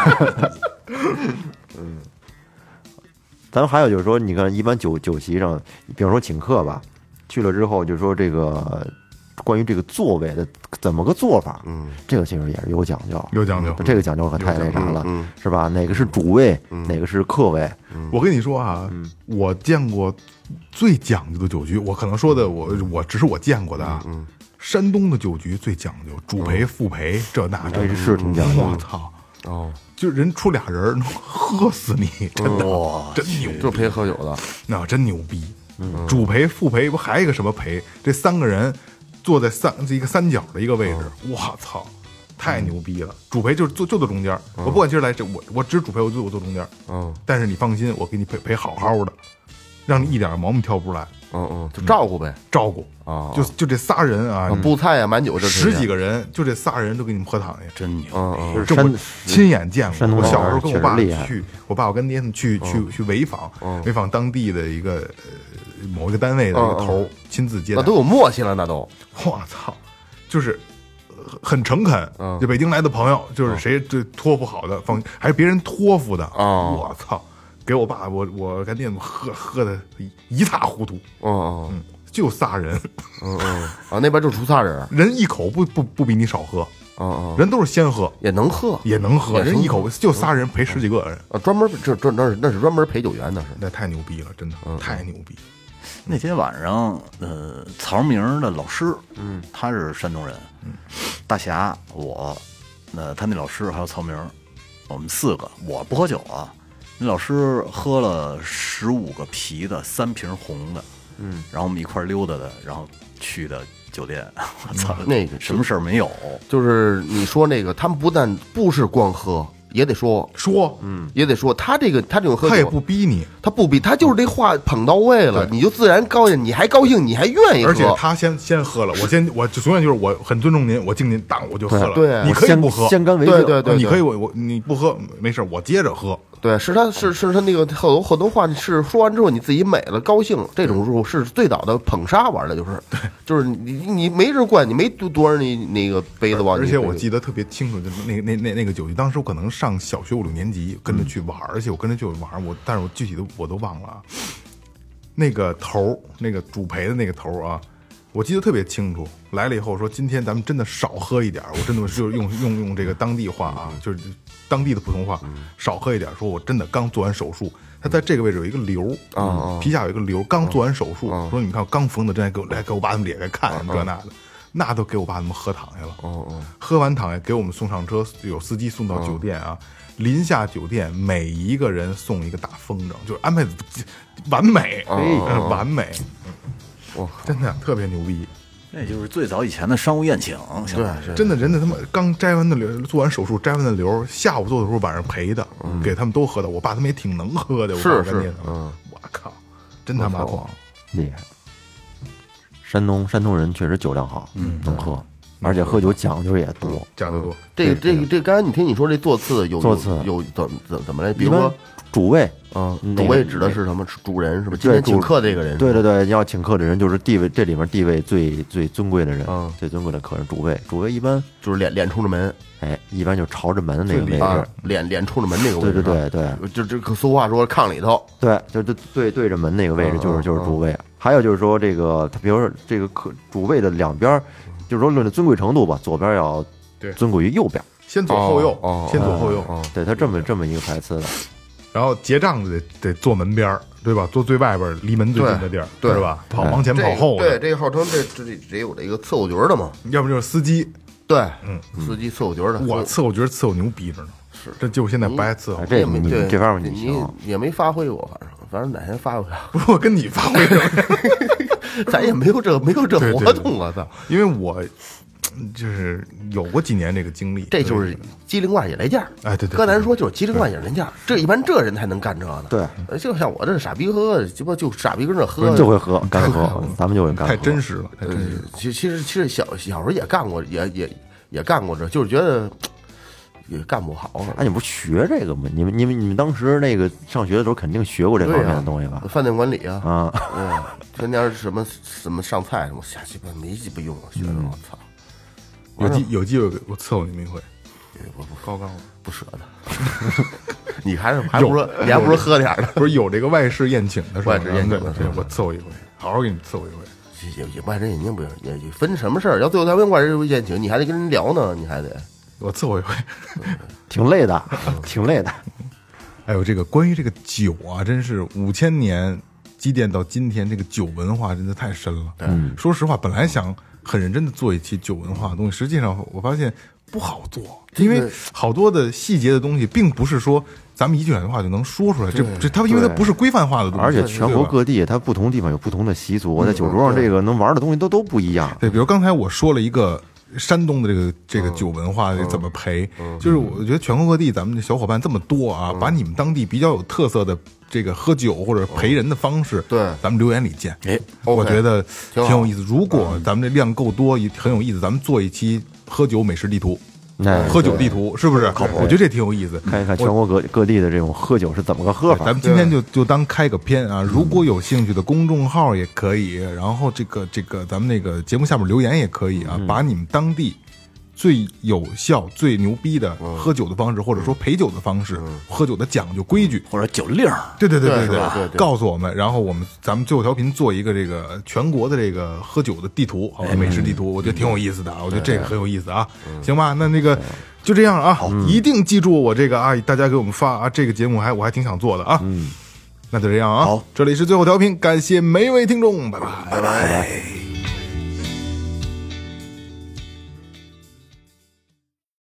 咱们还有就是说，你看一般酒酒席上，比方说请客吧，去了之后就说这个关于这个座位的怎么个做法， 嗯， 这个其实也是有讲究， 有讲究这个讲究可太那啥了， 嗯是吧？哪个是主位，哪个是客位？ 我跟你说啊，我见过最讲究的酒局，我可能说的我我只是我见过的啊。山东的酒局最讲究，主陪、副陪，这那这哎是挺讲究我操！ 哦， 就人出俩人能喝死你，真的哇， 真牛逼， 就陪喝酒的， 那真牛逼。主陪、副陪不还有一个什么陪？这三个人坐在三这一个三角的一个位置，我操！太牛逼了！主陪就是坐就坐中间，我不管今儿来这我我只主陪我就我坐中间， 嗯但是你放心，我给你陪陪好好的，让你一点毛病挑不出来， 嗯嗯，就照顾呗， 照顾啊就就这仨人啊， 布菜呀满酒这十几个， 个人，就这仨人都给你们喝躺下， 真牛！ 嗯嗯就是这我山亲眼见过。 山东我小时候跟我爸确实厉害去，我爸我跟爹他们去去去潍坊，潍坊当地的一个呃某一个单位的一个头儿亲自接待那，都有默契了，那都， 我操，就是呃很诚恳嗯。 就北京来的朋友，就是谁这托付好的，放还是别人托付的， 哦我操，给我爸我我干爹喝喝的一塌糊涂， 嗯嗯就仨人， 嗯嗯啊，那边就出仨人， 人一口不不不比你少喝， 嗯嗯， 人都是先喝。 也能喝， 也能喝， 也能人一口就仨人陪十几个人， 啊，专门这这那是那是专门陪酒员的是， 那太牛逼了，真的太牛逼。 那天晚上，呃，曹明的老师，嗯，他是山东人，嗯，大侠，我，那他那老师还有曹明，我们四个，我不喝酒啊，那老师喝了十五个啤的，三瓶红的，嗯，然后我们一块儿溜达的，然后去的酒店，我操， 那个什么事儿没有， 就是你说那个，他们不但不是光喝，也得说， 说， 嗯，也得说，他这个他这种喝他也酒， 不逼你， 他不比，他就是这话捧到位了， 对你就自然高兴，你还高兴，你还愿意喝， 而且他先先喝了，我先我就永远就是我很尊重您，我敬您，当我就喝了。 对你可以不喝， 先干为敬， 对对对， 你可以我我你不喝没事，我接着喝。 对，是他是是他那个很多很多话是说完之后你自己美了高兴，这种时候是最早的捧杀玩的，就是对，就是你你没人灌，你没多多少你那个杯子往你。 而且我记得特别清楚，就是那那那那个酒局，当时我可能上小学五六年级，跟着去玩，而且我跟着去玩，我但是我具体的我都忘了啊。那个头，那个主陪的那个头啊。我记得特别清楚，来了以后说今天咱们真的少喝一点，我真的是用用用这个当地话啊，就是当地的普通话，少喝一点。说我真的刚做完手术，他在这个位置有一个瘤啊，皮下有一个瘤，刚做完手术，说你们看刚缝的针，来给我来给我爸他们咧开看这那的，那都给我爸他们喝躺下了。哦哦，喝完躺下给我们送上车，有司机送到酒店啊。临下酒店，每一个人送一个大风筝，就是安排的完美，完美。哇，真的特别牛逼！ 那就是最早以前的商务宴请， 对， 真的，人家他妈刚摘完的瘤，做完手术摘完的瘤，下午做的时候晚上陪的，嗯、给他们都喝的。我爸他们也挺能喝的， 是是，嗯， 我靠，真他妈狂， 厉害！山东山东人确实酒量好，嗯，能喝，而且喝酒讲究也多， 讲究多。 这这个这刚才你听你说这座次有座次有怎怎怎么来？比如说主位。 嗯，主位指的是什么？主人是吧？今天请客这个人， 对对对，要请客的人就是地位这里面地位最最尊贵的人，嗯，最尊贵的客人，主位，主位一般就是脸脸冲着门， 哎，一般就朝着门的那个位置， 啊、脸脸冲着门那个位置， 对对对对， 就这俗话说炕里头， 对，就就对对着门那个位置就是就是主位。还有就是说这个，他比如说这个客主位的两边，就是说论的尊贵程度吧，左边要尊贵于右边， 先左后右，哦、先左后右， 哦、对他这么这么一个排次的。 然后结账得得坐门边儿，对吧？坐最外边，离门最近的地儿， 对是吧？跑往前跑后的，对，这号称这这这有这个伺候角的嘛， 要不就是司机， 对，嗯，司机伺候角的， 我伺候角伺候牛逼着呢，是，这就现在不爱伺候， 这你这方面你你也没发挥过，反正反正哪天发挥不是我跟你发挥什咱也没有这没有这活动啊，操！ 因为我。就是有过几年这个经历， 这就是机灵怪也来劲儿。 哎，对对， 搁咱说就是机灵怪也来劲儿，这一般这人才能干这个。 对， 就像我这傻逼喝，鸡巴就傻逼跟这喝， 就会喝，干喝，咱们就会干。 太真实了，太真实。 其其实其实小小时候也干过，也也也干过这，就是觉得也干不好。 哎，你不学这个吗？你们你们你们当时那个上学的时候肯定学过这方面的东西吧？ 饭店管理啊， 啊， 对，天天什么什么上菜什么瞎鸡巴没鸡巴用啊，学的我操。 有机有机会我伺候你们一回， 我不高高不舍得。你还是还不说你还不如喝点的， 不是有这个外事宴请的时候， 外事宴请的时候， 我伺候一回，好好给你伺候一回。 也也外事宴请不行，也也分什么事儿。要最后他问外事宴请，你还得跟人聊呢，你还得我伺候一回， 挺累的，挺累的。 哎呦，这个关于这个酒啊，真是五千年积淀到今天，这个酒文化真的太深了。嗯，说实话，本来想很认真的做一期酒文化的东西，实际上我发现不好做，因为好多的细节的东西，并不是说咱们一句两句话就能说出来。这这它因为它不是规范化的东西， 而且全国各地它不同地方有不同的习俗，在酒桌上这个能玩的东西都都不一样。 对，比如刚才我说了一个山东的这个这个酒文化怎么陪，就是我觉得全国各地咱们的小伙伴这么多啊，把你们当地比较有特色的这个喝酒或者陪人的方式， 对， 咱们留言里见。 哎， 我觉得挺有意思。如果咱们这量够多，也很有意思，咱们做一期喝酒美食地图。喝酒地图是不是？我觉得这挺有意思， 看一看全国各各地的这种喝酒是怎么个喝法。 咱们今天就就当开个篇啊，如果有兴趣的公众号也可以，然后这个这个咱们那个节目下面留言也可以啊，把你们当地最有效、最牛逼的喝酒的方式，或者说陪酒的方式，喝酒的讲究规矩， 或者酒令， 对对对对对， 告诉我们，然后我们咱们最后调频做一个这个全国的这个喝酒的地图，好吧，美食地图，我觉得挺有意思的啊，我觉得这个很有意思啊，行吧，那那个就这样啊，一定记住我这个啊，大家给我们发啊，这个节目还我还挺想做的啊，嗯，那就这样啊，好，这里是最后调频，感谢每一位听众，拜拜， 拜拜。